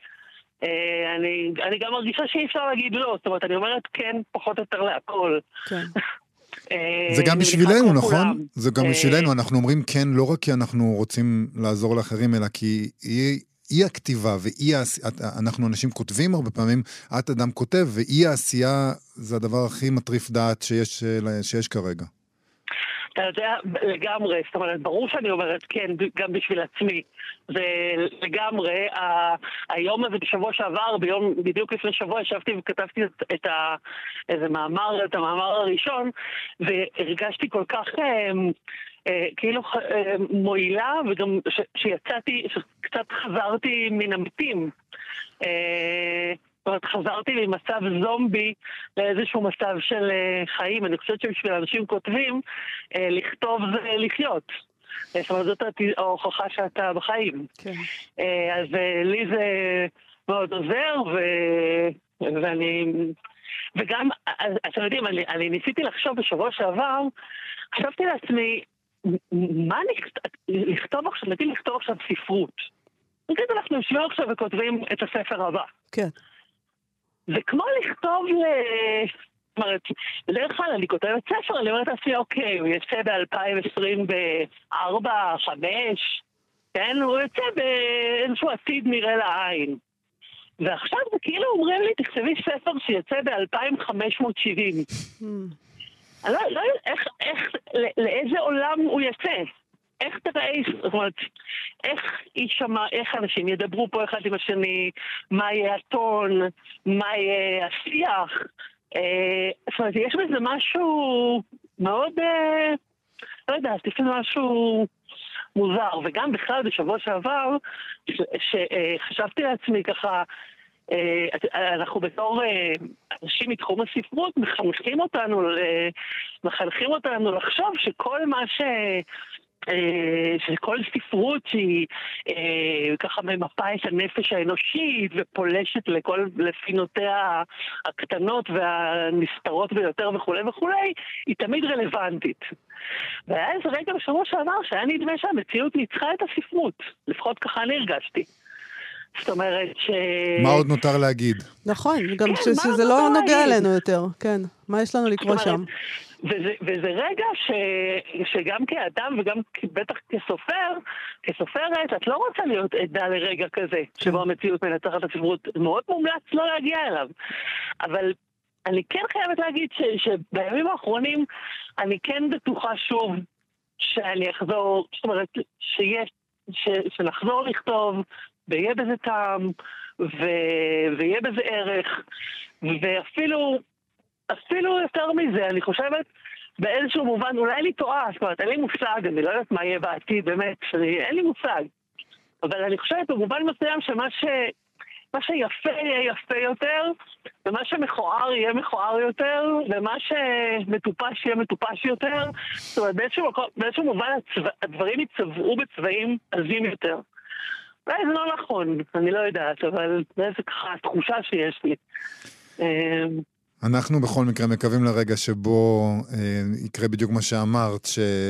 אני גם מרגישה שאי אפשר להגיד לא, זאת אומרת, אני אומרת כן, פחות או יותר להכל. כן. זה גם בשבילנו, נכון? זה גם בשבילנו, אנחנו אומרים כן, לא רק כי אנחנו רוצים לעזור לאחרים, אלא כי אי הכתיבה אנחנו אנשים כותבים הרבה פעמים, את אדם כותב, ואי העשייה זה הדבר הכי מטריף דעת שיש כרגע. אתה יודע, לגמרי, זאת אומרת, ברור שאני אומרת כן, גם בשביל עצמי. זה לגמרי, היום הזה בשבוע שעבר, בדיוק לפני שבוע, ישבתי וכתבתי איזה מאמר, את המאמר הראשון, והרגשתי כל כך כאילו מועילה, וגם שיצאתי, שקצת חזרתי מן המתים. זאת אומרת, חזרתי ממצב זומבי לאיזשהו מצב של חיים. אני חושבת שבשביל אנשים כותבים, לכתוב זה לחיות. זאת אומרת, זאת ההוכחה שאתה בחיים. כן. אז לי זה מאוד עוזר, וגם, אתם יודעים, אני ניסיתי לחשוב בשבוע שעבר, חשבתי לעצמי, מה לכתוב עכשיו? נתתי לכתוב עכשיו ספרות. נגיד, אנחנו יושבים עכשיו וכותבים את הספר הבא. כן. זה כמו לכתוב זאת אומרת, בדרך כלל אני כותבת ספר, אני אומרת לעצמי, אוקיי, הוא יצא ב-2024, 5, כן? הוא יצא באיזשהו עתיד נראה לעין. ועכשיו זה כאילו אומרים לי, תכתבי ספר שיצא ב-2570. אני לא יודע לאיזה עולם הוא יצא. איך תראה, זאת אומרת, איך יישמע, איך אנשים ידברו פה אחד עם השני, מה יהיה הטון, מה יהיה השיח. זאת אומרת, יש בזה משהו מאוד, לא יודע, תפעיל משהו מוזר. וגם בכלל בשבוע שעבר, שחשבתי לעצמי ככה, אנחנו בתור אנשים מתחום הספרות מחנכים אותנו לחשוב שכל מה שכל ספרות שהיא ככה ממפה את הנפש האנושית ופולשת לפינותיה הקטנות והנסתרות ביותר וכו' וכו', היא תמיד רלוונטית. והיה איזה רגע בשבוע שעבר שהיה נדמה שהמציאות ניצחה את הספרות, לפחות ככה אני הרגשתי. זאת אומרת מה עוד נותר להגיד? נכון, גם שזה לא נוגע אלינו יותר, כן. מה יש לנו לקרוא שם? וזה רגע שגם כאדם וגם בטח כסופרת, את לא רוצה להיות עדה לרגע כזה, שבו המציאות מנצחת הספרות, מאוד מומלץ לא להגיע אליו. אבל אני כן חייבת להגיד שבימים האחרונים אני כן בטוחה שוב שאני אחזור, זאת אומרת, שנחזור לכתוב, ויהיה בזה טעם, ויהיה בזה ערך, ואפילו יותר מזה, אני חושבת, באיזשהו מובן, אולי אני טועה, זאת אומרת, אין לי מושג, אני לא יודעת מה יהיה בעתיד, באמת, אין לי מושג. אבל אני חושבת, במובן מסוים, שמה שיפה יהיה יפה יותר, ומה שמכוער יהיה מכוער יותר, ומה שמטופש יהיה מטופש יותר. זאת אומרת, באיזשהו מובן, הדברים יצבעו בצבעים עזים יותר. אולי זה לא נכון, אני לא יודעת, אבל זה ככה התחושה שיש לי. אנחנו בכל מקרה מקווים לרגע שבו יקרה בדיוק מה שאמרת,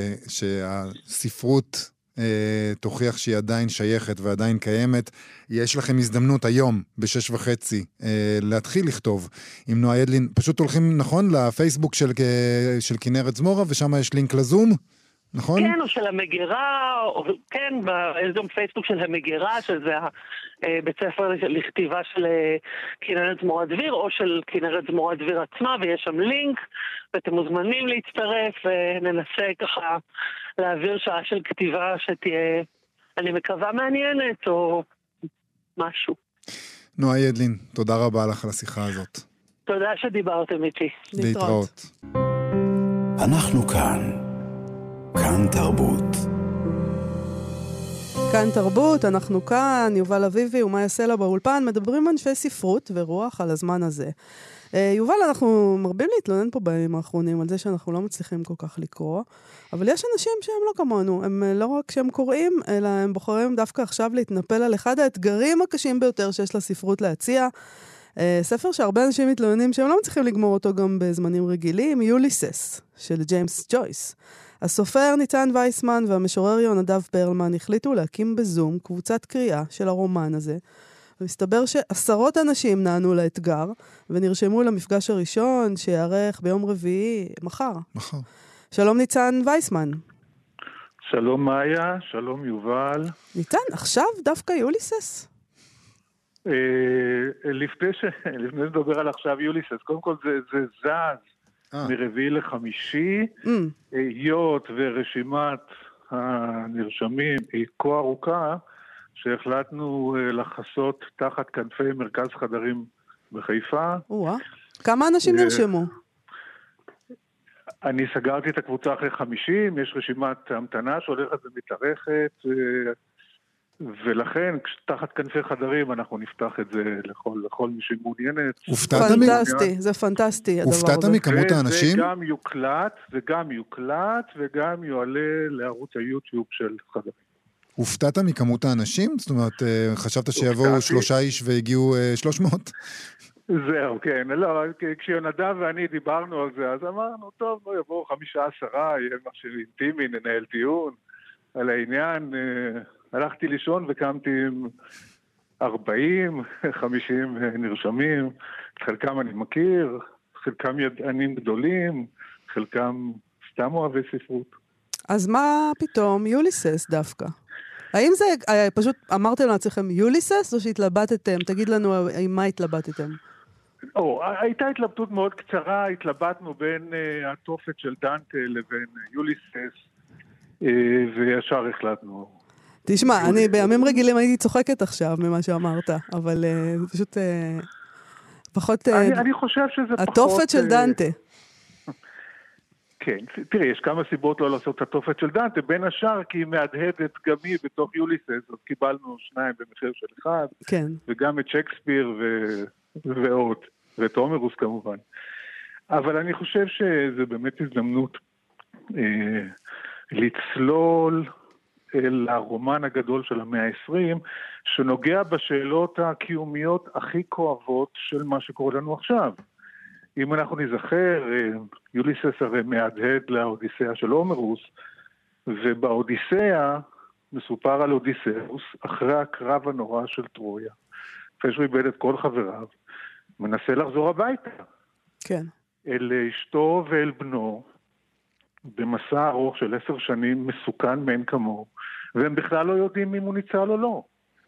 שהספרות תוכיח שהיא עדיין שייכת ועדיין קיימת. יש לכם הזדמנות היום ב6:30 להתחיל לכתוב עם נועה ידלין. פשוט הולכים, נכון, לפייסבוק של כנרת זמורה, ושם יש לינק לזום, נכון? כן, או של המגירה, או כן, יש גם פייסבוק של המגירה, שזה בית ספר לכתיבה של כנרת זמורה דביר, או של כנרת זמורה דביר עצמה, ויש שם לינק, ואתם מוזמנים להצטרף, וננסה ככה להעביר שעה של כתיבה שתהיה, אני מקווה, מעניינת, או משהו. נועה ידלין, תודה רבה לך על השיחה הזאת. תודה שדיברתם איתי. להתראות. אנחנו כאן. כאן תרבות. כאן תרבות, אנחנו כאן, יובל אביבי ומאיה סלע באולפן, מדברים אנשי ספרות ורוח על הזמן הזה. יובל, אנחנו מרבים להתלונן פה בימים האחרונים על זה שאנחנו לא מצליחים כל כך לקרוא, אבל יש אנשים שהם לא כמונו, הם לא רק שהם קוראים, אלא הם בוחרים דווקא עכשיו להתנפל על אחד האתגרים הקשים ביותר שיש לספרות להציע, ספר שהרבה אנשים מתלוננים שהם לא מצליחים לגמור אותו גם בזמנים רגילים, יוליסס, של ג'יימס ג'ויס. הסופר ניצן וייסמן והמשורר יונדב פרלמן החליטו להקים בזום קבוצת קריאה של הרומן הזה, ומסתבר שעשרות אנשים נענו לאתגר, ונרשמו למפגש הראשון שיערך ביום רביעי, מחר. שלום ניצן וייסמן. שלום מאיה, שלום יובל. ניצן, עכשיו דווקא יוליסס? לפני שנדבר על עכשיו יוליסס, קודם כל זה זז. מרביעי לחמישי, היות ורשימת הנרשמים היא כה ארוכה, שהחלטנו לחסות תחת כנפי מרכז חדרים בחיפה. כמה אנשים נרשמו? אני סגרתי את הקבוצה אחרי 50, יש רשימת המתנה שהולכת ומתארכת, ולכן, תחת כנפי חדרים, אנחנו נפתח את זה לכל מי שמעוניינת. פנטסטי, זה פנטסטי הדבר הזה. הופתעת מכמות האנשים? זה גם יוקלט, וגם יועלה לערוץ היוטיוב של חדרים. הופתעת מכמות האנשים? זאת אומרת, חשבת שיבואו 3 איש והגיעו 300? זהו, כן. לא, כשיונדב ואני דיברנו על זה, אז אמרנו, טוב, לא יבואו 5-10, יהיה משהו אינטימי, ננהל דיון על העניין. הלכתי לישון וקמתי עם 40, 50 נרשמים, חלקם אני מכיר, חלקם ידענים גדולים, חלקם סתם אוהבי ספרות. אז מה פתאום יוליסס דווקא? האם זה, פשוט אמרתם לעצמכם יוליסס, או שהתלבטתם? תגיד לנו עם מה התלבטתם. הייתה התלבטות מאוד קצרה, התלבטנו בין התופת של דנטה לבין יוליסס, וישר החלטנו. תשמע, אני בימים רגילים הייתי צוחקת עכשיו ממה שאמרת, אבל פשוט פחות... אני חושב שזה פחות... התופת של דנטה. כן, תראי, יש כמה סיבות לא לעשות את התופת של דנטה, בין השאר כי היא מהדהדת גם היא בתוך יוליסס, אז קיבלנו 2 במחיר של 1, כן. וגם את שייקספיר ועוד, ואת הומרוס כמובן. אבל אני חושב שזה באמת הזדמנות לצלול אל הרומן הגדול של המאה ה-20, שנוגע בשאלות הקיומיות הכי כואבות של מה שקורה לנו עכשיו. אם אנחנו נזכר, יוליסס הרי מהדהד לאודיסאה של הומרוס, ובאודיסאה מסופר על אודיסאוס אחרי הקרב הנורא של טרויה. אחרי שהוא איבד את כל חבריו, מנסה לחזור הביתה. כן. אל אשתו ואל בנו, במסע ארוך של 10 שנים מסוכן מאין כמוהו, והם בכלל לא יודעים אם הוא ניצל או לא.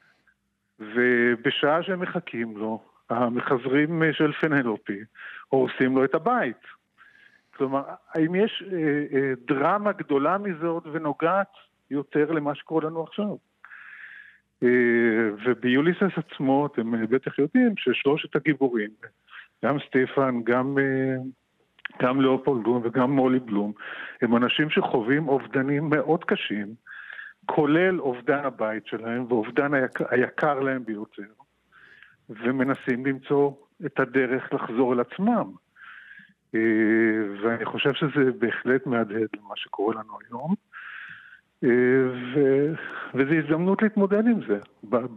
ובשעה שהם מחכים לו, המחזרים של פנלופי הורסים לו את הבית. כלומר, האם יש דרמה גדולה מזאת ונוגעת יותר למה שקורה לנו עכשיו? וביוליסס עצמו, אתם בטח יודעים ששלושת הגיבורים, גם סטפן, גם לאופולד בלום וגם מולי בלום, הם אנשים שחווים אובדנים מאוד קשים, כולל אובדן הבית שלהם ואובדן היקר להם ביותר, ומנסים למצוא את הדרך לחזור אל עצמם. ואני חושב שזה בהחלט מהדהד למה שקורה לנו היום, וזו הזדמנות להתמודד עם זה.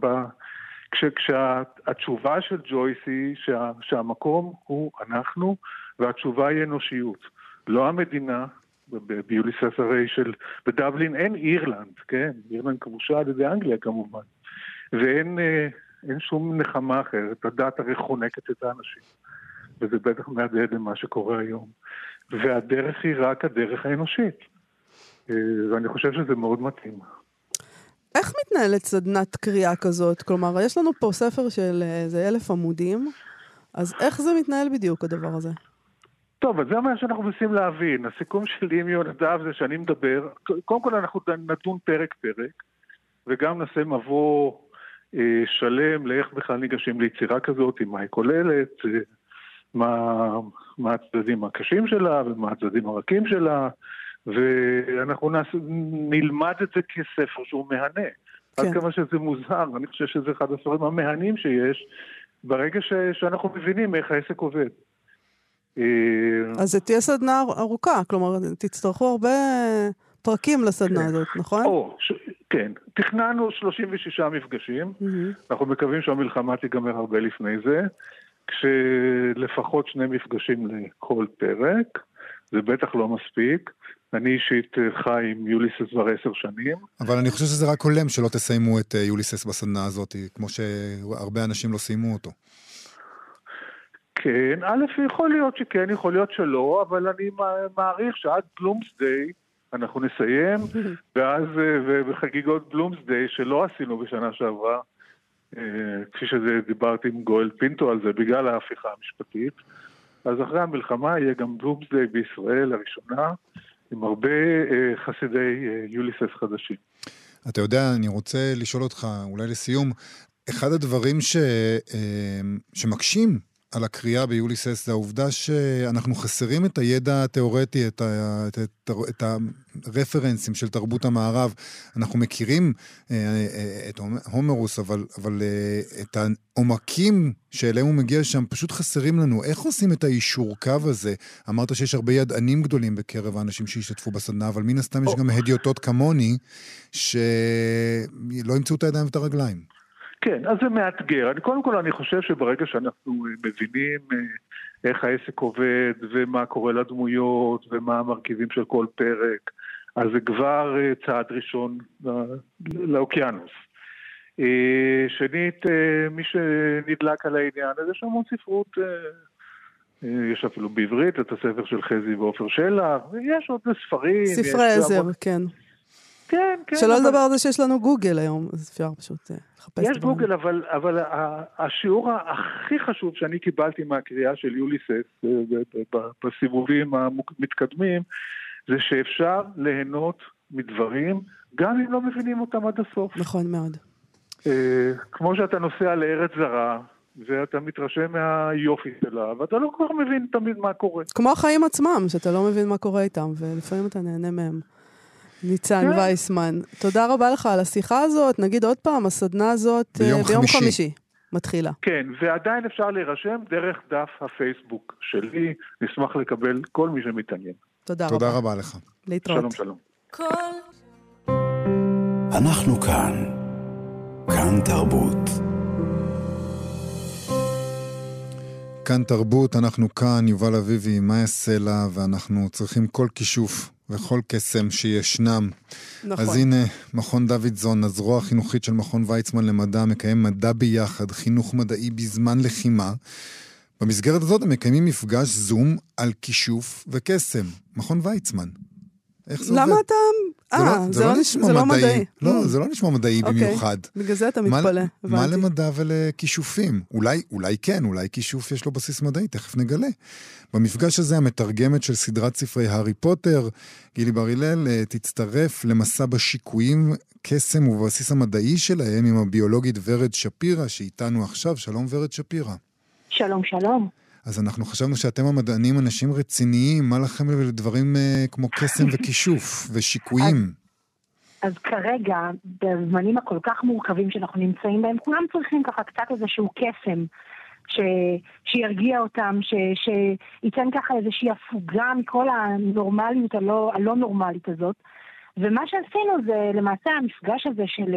כשהתשובה של ג'ויס היא שהמקום הוא אנחנו, והתשובה היא אנושיות. לא המדינה, ביוליסס הרי בדבלין אין אירלנד, כן? אירלנד כבושה על ידי אנגליה כמובן. ואין שום נחמה אחרת, הדת הרי חונקת את האנשים. וזה בטח מהדהד למה שקורה היום. והדרך היא רק הדרך האנושית. ואני חושב שזה מאוד מתאים. איך מתנהלת סדנת קריאה כזאת? כלומר, יש לנו פה ספר של איזה 1,000 עמודים, אז איך זה מתנהל בדיוק הדבר הזה? טוב, אז זה מה שאנחנו מנסים להבין. הסיכום שלי עם יונדב זה שאני מדבר, קודם כל אנחנו נדון פרק, וגם נעשה מבוא שלם לאיך בכלל ניגשים ליצירה כזאת, מה היא כוללת, מה הצדדים הקשים שלה ומה הצדדים הרכים שלה, ואנחנו נלמד את זה כספר שהוא מהנה. עד כמה שזה מוזר, אני חושב שזה אחד הספרים המהנים שיש, ברגע שאנחנו מבינים איך העסק עובד. אז זה תהיה סדנה ארוכה, כלומר, תצטרכו הרבה פרקים לסדנה הזאת, נכון? כן, תכננו 36 מפגשים, אנחנו מקווים שהמלחמה תיגמר הרבה לפני זה, כשלפחות 2 מפגשים לכל פרק, זה בטח לא מספיק, אני אישית חי עם יוליסס כבר 10 שנים. אבל אני חושב שזה רק הולם שלא תסיימו את יוליסס בסדנה הזאת, כמו שהרבה אנשים לא סיימו אותו. כן, יכול להיות שכן, יכול להיות שלא, אבל אני מעריך שעד בלומסדיי אנחנו נסיים, ואז בחגיגות בלומסדיי שלא עשינו בשנה שעברה, כפי שדיברתי עם גואל פינטו על זה, בגלל ההפיכה המשפטית, אז אחרי המלחמה יהיה גם בלומסדיי בישראל הראשונה, עם הרבה חסידי יוליסס חדשים. אתה יודע, אני רוצה לשאול אותך, אולי לסיום, אחד הדברים שמקשים על הקריאה ביוליסס זה העובדה שאנחנו חסרים את הידע התיאורטי, את הרפרנסים של תרבות המערב. אנחנו מכירים את הומרוס, אבל את העומקים שאליהם הוא מגיע שם פשוט חסרים לנו. איך עושים את האישור קו הזה? אמרת שיש הרבה ידענים גדולים בקרב האנשים שהשתתפו בסדנה, אבל מן הסתם יש גם הדיוטות כמוני שלא ימצאו את הידיים ואת הרגליים. כן, אז זה מאתגר. קודם כל אני חושב שברגע שאנחנו מבינים איך העסק עובד ומה קורה לדמויות ומה המרכיבים של כל פרק, אז זה כבר צעד ראשון לאוקיינוס. שנית, מי שנדלק על העניין הזה, יש המון ספרות, יש אפילו בעברית את הספר של חזי ואופר שלח, יש עוד ספרים. ספרי עזר, כן. כן, כן. שלא לדבר על זה שיש לנו גוגל היום, אז אפשר פשוט לחפש. יש גוגל, אבל השיעור הכי חשוב שאני קיבלתי מהקריאה של יוליסס בסיבובים המתקדמים, זה שאפשר ליהנות מדברים, גם אם לא מבינים אותם עד הסוף. נכון מאוד. כמו שאתה נוסע לארץ זרה, ואתה מתרשם מהיופי שלה, ואתה לא כבר מבין תמיד מה קורה. כמו החיים עצמם, שאתה לא מבין מה קורה איתם, ולפעמים אתה נהנה מהם. ניצן וייסמן, תודה רבה לך על השיחה הזאת. נגיד עוד פעם, הסדנה הזאת ביום חמישי מתחילה. כן, ועדיין אפשר להירשם דרך דף הפייסבוק שלי. נשמח לקבל כל מי שמתעניין. תודה רבה לך. להתראות. שלום. אנחנו כאן תרבות. כאן תרבות, אנחנו כאן, יובל אביבי, מאיה סלע, ואנחנו צריכים כל כישוף וכל קסם שישנם. נכון. אז הנה, מכון דוידזון, הזרוע החינוכית של מכון ויצמן למדע, מקיים מדע ביחד, חינוך מדעי בזמן לחימה. במסגרת הזאת הם מקיימים מפגש זום על כישוף וקסם. מכון ויצמן. איך זה עובד? למה אתה... זה לא מדעי. לא, זה לא נשמע מדעי במיוחד. בגלל זה אתה מתפלא. מה למדע ולכישופים? אולי כן, אולי כישוף יש לו בסיס מדעי, תכף נגלה. במפגש הזה המתרגמת של סדרת ספרי הארי פוטר, גילי בר הלל, תצטרף למסע בשיקויים קסם ובבסיס המדעי שלהם עם הביולוגית ורד שפירא, שאיתנו עכשיו. שלום ורד שפירא. שלום, שלום. אז אנחנו חשבנו שאתם המדענים אנשים רציניים, מה לכם לדברים כמו קסם וכישוף ושיקויים? אז כרגע, בזמנים הכל כך מורכבים שאנחנו נמצאים בהם, כולם צריכים ככה קצת איזשהו קסם, שירגיע אותם, שייתן ככה איזושהי הפוגה מכל הנורמליות הלא נורמלית הזאת. ומה שעשינו זה למעשה המפגש הזה של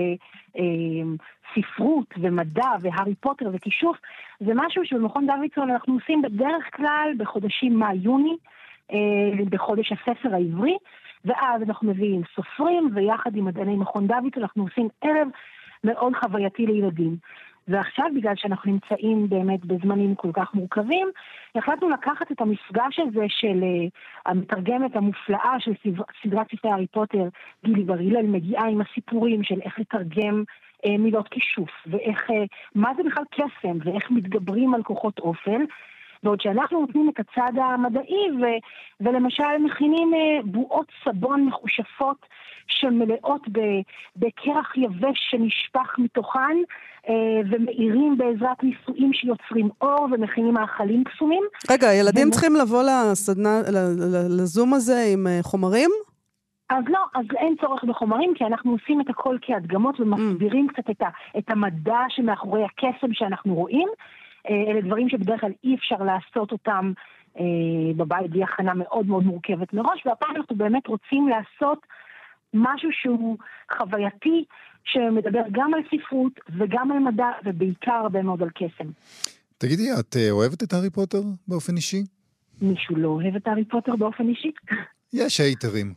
ספרות ומדע והארי פוטר וכישוף, זה משהו שבמכון דוידזון אנחנו עושים בדרך כלל בחודשים מאי-יוני, בחודש הספר העברי, ואז אנחנו מביאים סופרים, ויחד עם מדעני מכון דוידזון אנחנו עושים ערב מאוד חווייתי לילדים. ועכשיו, בגלל שאנחנו נמצאים באמת בזמנים כל כך מורכבים, החלטנו לקחת את המפגש הזה של המתרגמת המופלאה של סדרת ספרי הארי פוטר, גילי בר הלל, מגיעה עם הסיפורים של איך לתרגם מילות כישוף, ואיך, מה זה בכלל קסם, ואיך מתגברים על כוחות אופל, בעוד שאנחנו נותנים את הצד המדעי, ולמשל מכינים בועות סבון מחושפות, שמלאות בקרח יבש שנשפך מתוכן, ומאירים בעזרת ניסויים שיוצרים אור, ומכינים מאכלים קסומים. רגע, ילדים צריכים לבוא לסדנה, לזום הזה עם חומרים? אז לא, אז אין צורך בחומרים, כי אנחנו עושים את הכל כהדגמות, ומסבירים קצת את המדע שמאחורי הקסם שאנחנו רואים. אלה דברים שבדרך כלל אי אפשר לעשות אותם בבית, בלי הכנה מאוד מאוד מורכבת מראש, והפעם אנחנו באמת רוצים לעשות משהו שהוא חווייתי, שמדבר גם על ספרות וגם על מדע, ובעיקר הרבה מאוד על קסם. תגידי, את אוהבת את הארי פוטר באופן אישי? מישהו לא אוהב את הארי פוטר באופן אישי? יש הייטרים.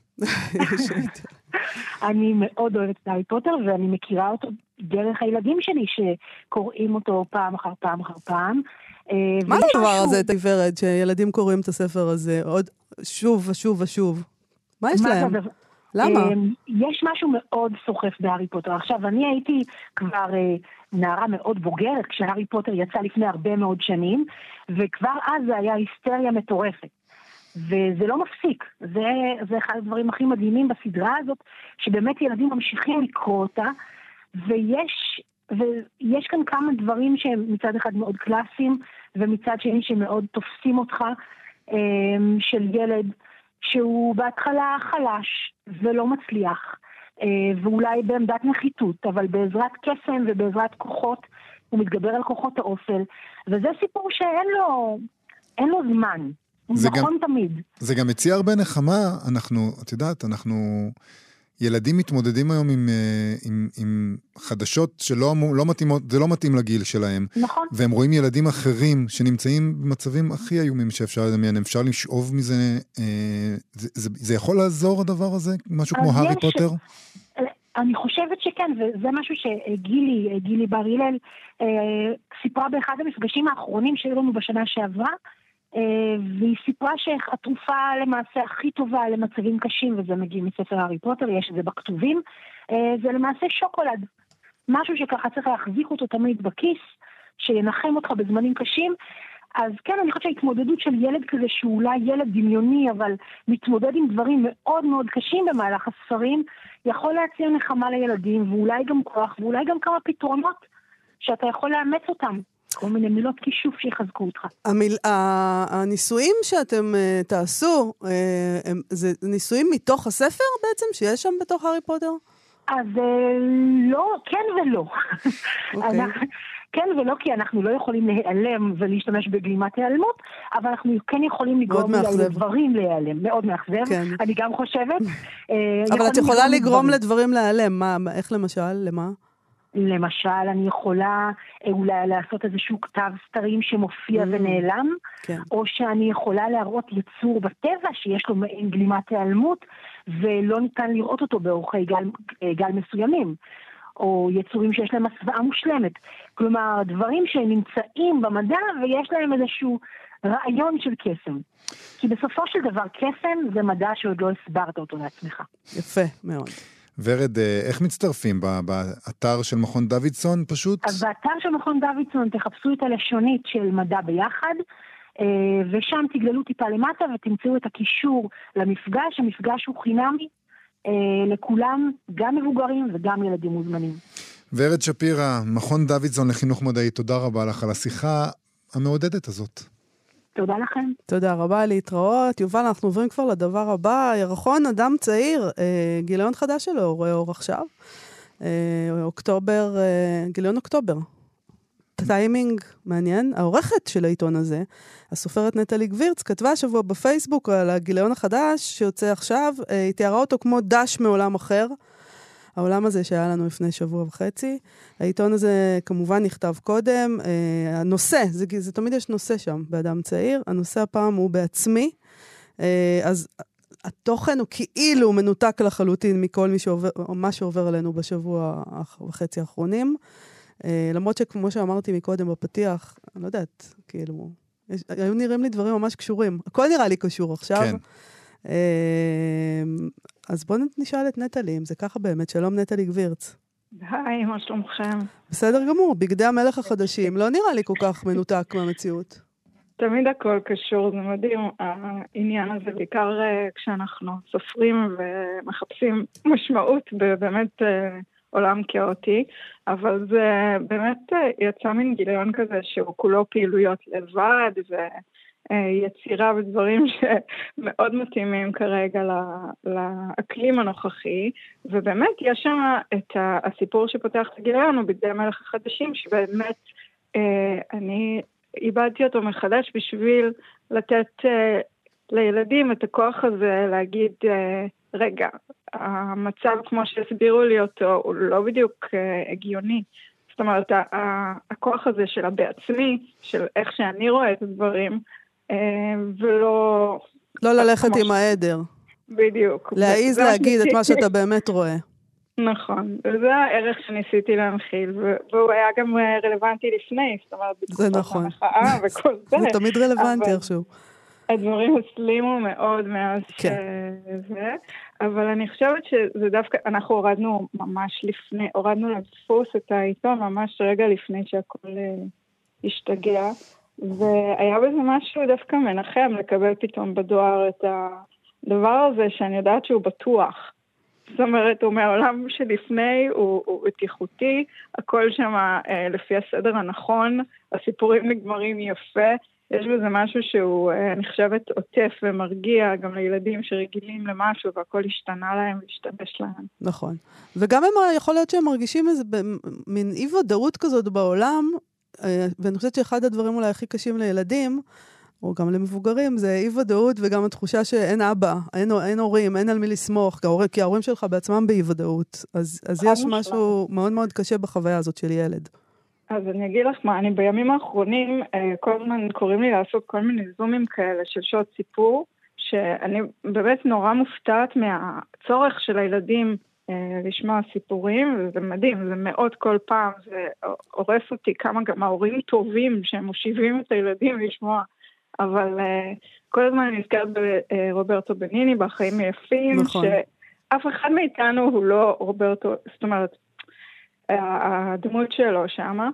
אני מאוד אוהבת את הארי פוטר, ואני מכירה אותו דרך הילדים שלי, שקוראים אותו פעם אחר פעם אחר פעם. מה הדבר הזה, תגברת, שילדים קוראים את הספר הזה עוד שוב ושוב ושוב? מה יש להם? למה? יש משהו מאוד סוחף בהארי פוטר. עכשיו, אני הייתי כבר נערה מאוד בוגרת, כשהארי פוטר יצא לפני הרבה מאוד שנים, וכבר אז זה היה היסטריה מטורפת. וזה לא מפסיק. זה אחד הדברים הכי מדהימים בסדרה הזאת, שבאמת ילדים ממשיכים לקרוא אותה, ויש כאן כמה דברים שהם מצד אחד מאוד קלאסיים, ומצד שני שמאוד תופסים אותך, של ילד שהוא בהתחלה חלש ולא מצליח, ואולי בעמדת נחיתות, אבל בעזרת קסם ובעזרת כוחות, הוא מתגבר על כוחות האופל, וזה סיפור שאין לו זמן. נכון תמיד. זה גם מציע הרבה נחמה. את יודעת, ילדים מתמודדים היום עם חדשות שלא מתאימות, זה לא מתאים לגיל שלהם. נכון. והם רואים ילדים אחרים שנמצאים במצבים הכי איומים שאפשר לדמיין. אפשר לשאוב מזה, זה יכול לעזור הדבר הזה? משהו כמו הארי פוטר? אני חושבת שכן, וזה משהו שגילי בר הלל סיפרה באחד המפגשים האחרונים שהיו לנו בשנה שעברה, והיא סיפרה שהתרופה למעשה הכי טובה למצבים קשים, וזה מגיע מספר הארי פוטר, יש את זה בכתובים, זה למעשה שוקולד. משהו שככה צריך להחזיק אותו תמיד בכיס, שינחם אותך בזמנים קשים. אז כן, אני חושבת שההתמודדות של ילד כזה, שהוא אולי ילד דמיוני, אבל מתמודד עם דברים מאוד מאוד קשים במהלך הספרים, יכול להציע נחמה לילדים, ואולי גם כוח, ואולי גם כמה פתרונות שאתה יכול לאמץ אותם. כל מיני מילות כישוף שיחזקו אותך. הניסויים שאתם תעשו, זה ניסויים מתוך הספר בעצם, שיש שם בתוך הארי פוטר? אז לא, כן ולא. כן ולא, כי אנחנו לא יכולים להיעלם ולהשתמש בגלימת העלמות, אבל אנחנו כן יכולים לגרום לדברים להיעלם. מאוד מאכזב, אני גם חושבת. אבל את יכולה לגרום לדברים להיעלם. איך למשל? למה? למשל, אני יכולה אולי לעשות איזשהו כתב סתרים שמופיע ונעלם, או שאני יכולה להראות יצור בטבע שיש לו מעין גלימת העלמות, ולא ניתן לראות אותו באורכי גל מסוימים, או יצורים שיש להם הסוואה מושלמת. כלומר, דברים שנמצאים במדע ויש להם איזשהו רעיון של קסם. כי בסופו של דבר קסם זה מדע שעוד לא הסברת אותו לעצמך. יפה מאוד. ורד, איך מצטרפים? באתר של מכון דוידסון פשוט? אז באתר של מכון דוידסון תחפשו את הלשונית של מדע ביחד, ושם תגללו טיפה למטה ותמצאו את הקישור למפגש. המפגש הוא חינמי לכולם, גם מבוגרים וגם ילדים מוזמנים. ורד שפירא, מכון דוידסון לחינוך מדעי, תודה רבה לך על השיחה המעודדת הזאת. תודה לכם. תודה רבה, להתראות. יובל, אנחנו עוברים כבר לדבר הבא. ירחון, אדם צעיר, גיליון חדש שלו, רואה אור עכשיו. אוקטובר, גיליון אוקטובר. טיימינג מעניין. העורכת של העיתון הזה, הסופרת נטלי גבירץ, כתבה השבוע בפייסבוק על הגיליון החדש שיוצא עכשיו. היא תיארה אותו כמו דש מעולם אחר. העולם הזה שהיה לנו לפני שבוע וחצי. העיתון הזה כמובן נכתב קודם. הנושא, זה תמיד יש נושא שם באדם צעיר. הנושא הפעם הוא בעצמי. אז התוכן הוא כאילו מנותק לחלוטין מכל מה שעובר עלינו בשבוע וחצי האחרונים. למרות שכמו שאמרתי מקודם בפתיח, אני לא יודעת, כאילו, היו נראים לי דברים ממש קשורים. הכל נראה לי קשור עכשיו. כן. אז בואו נשאל את נטלי, אם זה ככה באמת. שלום נטלי גבירץ. היי, מה שלומכם? בסדר גמור, בגדי המלך החדשים. לא נראה לי כל כך מנותק מהמציאות. תמיד הכל קשור, זה מדהים. העניין הזה, בעיקר כשאנחנו סופרים ומחפשים משמעות באמת עולם כאותי, אבל זה באמת יצא מן גיליון כזה שהוא כולו פעילויות לבד ויצירה ודברים שמאוד מתאימים כרגע לאקלים הנוכחי, ובאמת יש שם את הסיפור שפותח את הגיליון הוא בגדי המלך החדשים, שבאמת אני איבדתי אותו מחדש בשביל לתת לילדים את הכוח הזה להגיד רגע, המצב כמו שהסבירו לי אותו הוא לא בדיוק הגיוני. זאת אומרת, הכוח הזה של בעצמי, של איך שאני רואה את הדברים, ולא... לא ללכת עם העדר. בדיוק. להעיז להגיד את מה שאתה באמת רואה. נכון, וזה הערך שניסיתי להנחיל, והוא היה גם רלוונטי לפני, זאת אומרת, זה נכון. המחאה וכל זה. זה תמיד רלוונטי איכשהו. הדברים הסלימו מאוד מאז שזה, אבל אני חושבת שזה דווקא, אנחנו הורדנו ממש לפני, הורדנו לדפוס את העיתון ממש רגע לפני שהכל השתגע, והיה בזה משהו דווקא מנחם לקבל פתאום בדואר את הדבר הזה שאני יודעת שהוא בטוח. זאת אומרת, הוא מהעולם שלפני, הוא בטיחותי, הכל שם לפי הסדר הנכון, הסיפורים נגמרים יפה, יש בזה משהו שהוא נחשבת עוטף ומרגיע גם לילדים שרגילים למשהו והכל השתנה להם והשתבש להם. נכון. וגם יכול להיות שהם מרגישים איזה מין אי ודאות כזאת בעולם, ואני חושבת שאחד הדברים אולי הכי קשים לילדים, או גם למבוגרים, זה אי ודאות וגם התחושה שאין אבא, אין הורים, אין על מי לסמוך, כי ההורים שלך בעצמם באי ודאות. אז יש משהו מאוד מאוד קשה בחוויה הזאת של ילד. אז אני אגיד לך מה, אני בימים האחרונים, כל הזמן קוראים לי לעשות כל מיני זומים כאלה של שעות סיפור, שאני באמת נורא מופתעת מהצורך של הילדים לשמוע סיפורים, וזה מדהים, זה מאוד כל פעם, זה הורס אותי כמה גם ההורים טובים שהם מושיבים את הילדים לשמוע, אבל כל הזמן אני נזכרת ברוברטו בניני, בחיים היפים, נכון. שאף אחד מאיתנו הוא לא רוברטו, זאת אומרת, הדמות שלו שמה,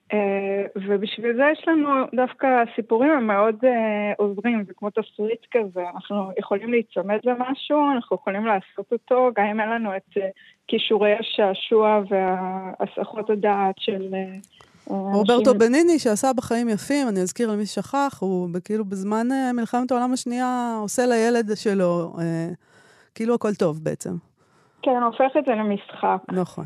ובשביל זה יש לנו דווקא סיפורים הם מאוד עוזרים, זה כמו תסריט כזה, אנחנו יכולים להיצמד למשהו, אנחנו יכולים לעשות אותו, גם אם אין לנו את כישורי השעשוע והסחות הדעת של... רוברטו בניני שעשה בחיים יפים, אני אזכיר למי ששכח, הוא כאילו בזמן מלחמת העולם השנייה עושה לילד שלו, כאילו הכל טוב בעצם. כן, הופך את זה למשחק. נכון.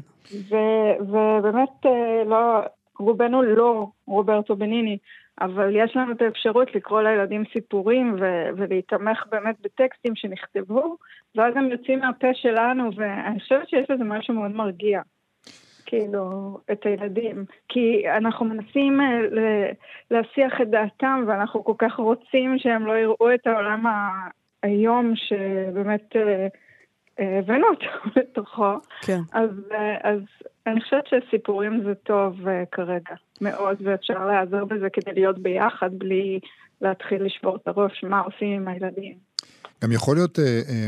ובאמת לא... רובנו לא רוברטו בניני, אבל יש לנו את האפשרות לקרוא לילדים סיפורים ולהתמך באמת בטקסטים שנכתבו, ואז הם יוצאים מהפה שלנו, ואני חושבת שיש לזה משהו מאוד מרגיע, כאילו, את הילדים. כי אנחנו מנסים להסיח את דעתם, ואנחנו כל כך רוצים שהם לא יראו את העולם היום שבאמת... הבאנו אותו לתוכו. כן. אז אני חושבת שסיפורים זה טוב כרגע, מאוד, ואפשר לעזור בזה כדי להיות ביחד, בלי להתחיל לשבור את הראש, מה עושים עם הילדים. גם יכול להיות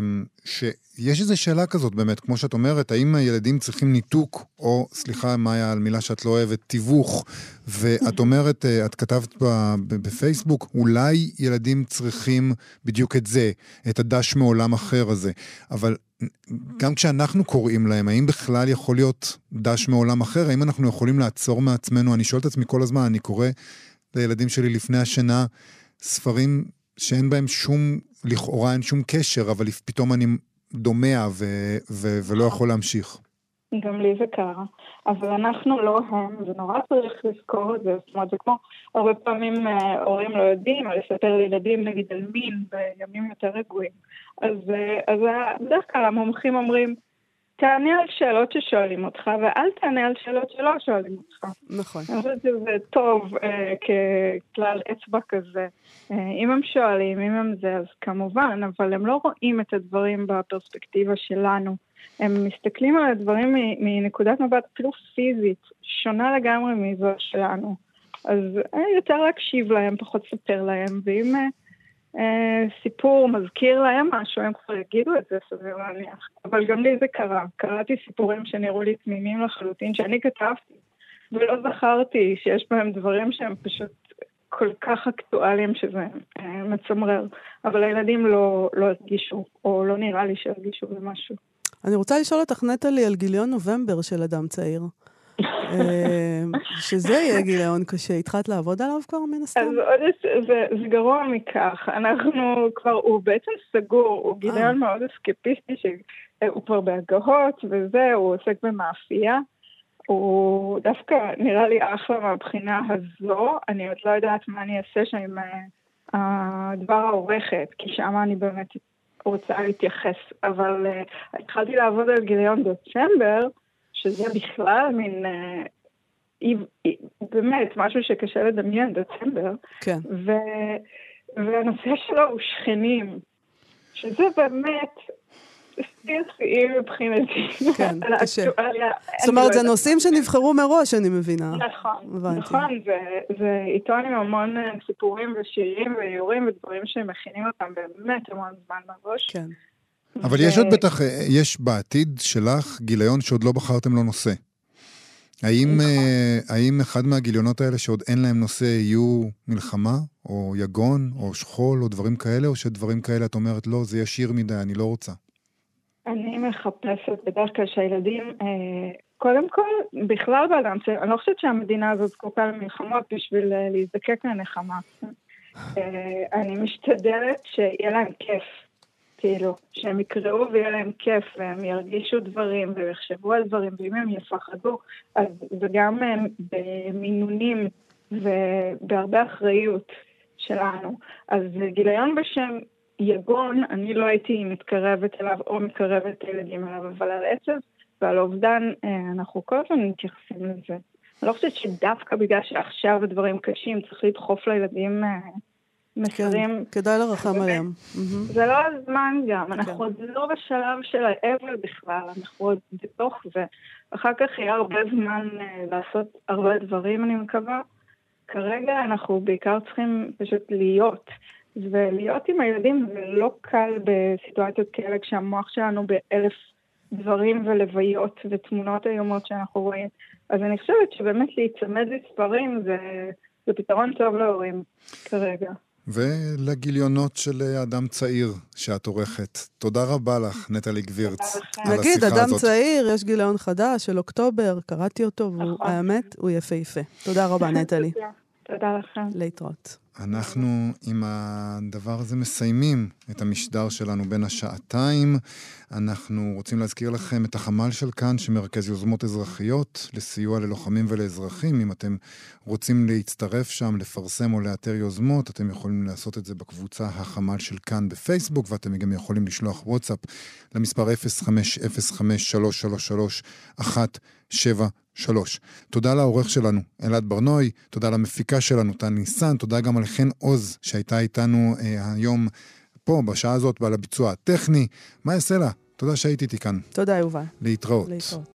שיש איזו שאלה כזאת באמת, כמו שאת אומרת, האם הילדים צריכים ניתוק, או, סליחה, מאיה, על מילה שאת לא אוהבת, תיווך, ואת אומרת, את כתבת בפייסבוק, אולי ילדים צריכים בדיוק את זה, את הדש מעולם אחר הזה, אבל גם כשאנחנו קוראים להם, האם בכלל יכול להיות דש מעולם אחר? האם אנחנו יכולים לעצור מעצמנו? אני שואל את עצמי כל הזמן, אני קורא לילדים שלי לפני השינה ספרים שאין בהם שום, לכאורה אין שום קשר, אבל פתאום אני דומע ולא יכול להמשיך. גם לי זה קרה. אבל אנחנו לא הם, זה נורא צריך לזכור את זה. זאת אומרת, זה כמו הרבה פעמים הורים לא יודעים, או לספר לילדים נגיד על מין בימים יותר רגועים. אז בדרך כלל המומחים אומרים, תענה על שאלות ששואלים אותך, ואל תענה על שאלות שלא שואלים אותך. נכון. אני חושבת שזה טוב ככלל אצבע כזה. אם הם שואלים, אם הם זה, אז כמובן, אבל הם לא רואים את הדברים בפרספקטיבה שלנו. הם מסתכלים על הדברים מנקודת מבט אפילו פיזית, שונה לגמרי מזו שלנו. אז יותר להקשיב להם, פחות ספר להם, ואם סיפור מזכיר להם משהו, הם כבר יגידו את זה, סביר להניח. אבל גם לי זה קרה. קראתי סיפורים שנראו לי תמימים לחלוטין, שאני כתבתי, ולא זכרתי שיש בהם דברים שהם פשוט כל כך אקטואליים שזה מצמרר. אבל הילדים לא הרגישו, או לא נראה לי שהרגישו במשהו. אני רוצה לשאול אותך נטלי על גיליון נובמבר של אדם צעיר. שזה יהיה גיליון קשה. התחלת לעבוד עליו כבר מן הסתם? אז זה גרוע מכך. אנחנו כבר, הוא בעצם סגור, הוא גיליון מאוד אסקפיסטי, שהוא כבר בהגהות וזה, הוא עוסק במאפייה. הוא דווקא נראה לי אחלה מהבחינה הזו. אני עוד לא יודעת מה אני אעשה שם עם הדבר העורכת, כי שם אני באמת רוצה להתייחס. אבל התחלתי לעבוד על גיליון דצמבר, שזה בכלל מין, באמת, משהו שקשה לדמיין, דצמבר. כן. והנושא שלו הוא שכנים, שזה באמת, סטירסיים מבחינתי. כן, קשה. זאת אומרת, זה נושאים שנבחרו מראש, אני מבינה. נכון, זה עיתון עם המון סיפורים ושירים ואיורים ודברים שמכינים אותם באמת המון זמן מראש. כן. אבל יש עוד בטח, יש בעתיד שלך גיליון שעוד לא בחרתם לו נושא. האם אחד מהגיליונות האלה שעוד אין להם נושא יהיו מלחמה, או יגון, או שכול, או דברים כאלה, או שדברים כאלה את אומרת, לא, זה ישיר מדי, אני לא רוצה. אני מחפשת בדרך כלל שהילדים, קודם כל, בכלל באדם, אני לא חושבת שהמדינה הזאת זקוקה למלחמות בשביל להזדקק לנחמה. אני משתדלת שיהיה להם כיף. כאילו, שהם יקראו ויהיה להם כיף, והם ירגישו דברים, ויחשבו על דברים, ואם הם יפחדו, אז זה גם במינונים, ובהרבה אחריות שלנו. אז גיליון בשם יגון, אני לא הייתי מתקרבת אליו, או מתקרבת ילדים אליו, אבל על עצב ועל אובדן, אנחנו כל הזמן מתייחסים לזה. אני לא חושבת שדווקא בגלל שעכשיו הדברים קשים, צריך לדחוף לילדים מסרים. כן, כדאי לרחם עליהם. זה לא הזמן גם, אנחנו עוד לא בשלב של האבל בכלל, אנחנו עוד בתוך זה. אחר כך יהיה הרבה זמן לעשות הרבה דברים, אני מקווה. כרגע אנחנו בעיקר צריכים פשוט להיות. ולהיות עם הילדים זה לא קל בסיטואציות כאלה, כשהמוח שלנו באלף דברים ולוויות ותמונות איומות שאנחנו רואים. אז אני חושבת שבאמת להיצמד לספרים זה פתרון טוב להורים כרגע. ולגיליונות של אדם צעיר שאת עורכת. תודה רבה לך, נטלי גבירץ, על השיחה הזאת. נגיד, אדם צעיר, יש גיליון חדש של אוקטובר, קראתי אותו, והאמת, הוא יפהפה. תודה רבה, נטלי. תודה לכם. להתראות. אנחנו עם הדבר הזה מסיימים את המשדר שלנו בין השעתיים. אנחנו רוצים להזכיר לכם את החמ"ל של כאן שמרכז יוזמות אזרחיות לסיוע ללוחמים ולאזרחים. אם אתם רוצים להצטרף שם, לפרסם או לאתר יוזמות, אתם יכולים לעשות את זה בקבוצה החמ"ל של כאן בפייסבוק, ואתם גם יכולים לשלוח וואטסאפ למספר 05-050-333-173. תודה לעורך שלנו, אלעד ברנוי, תודה למפיקה שלנו, טל ניסן, תודה גם על חן עוז שהייתה איתנו היום פה, בשעה הזאת, ועל הביצוע הטכני. מה יעשה לה? תודה שהייתי איתי כאן. תודה, יובל. להתראות. להתראות.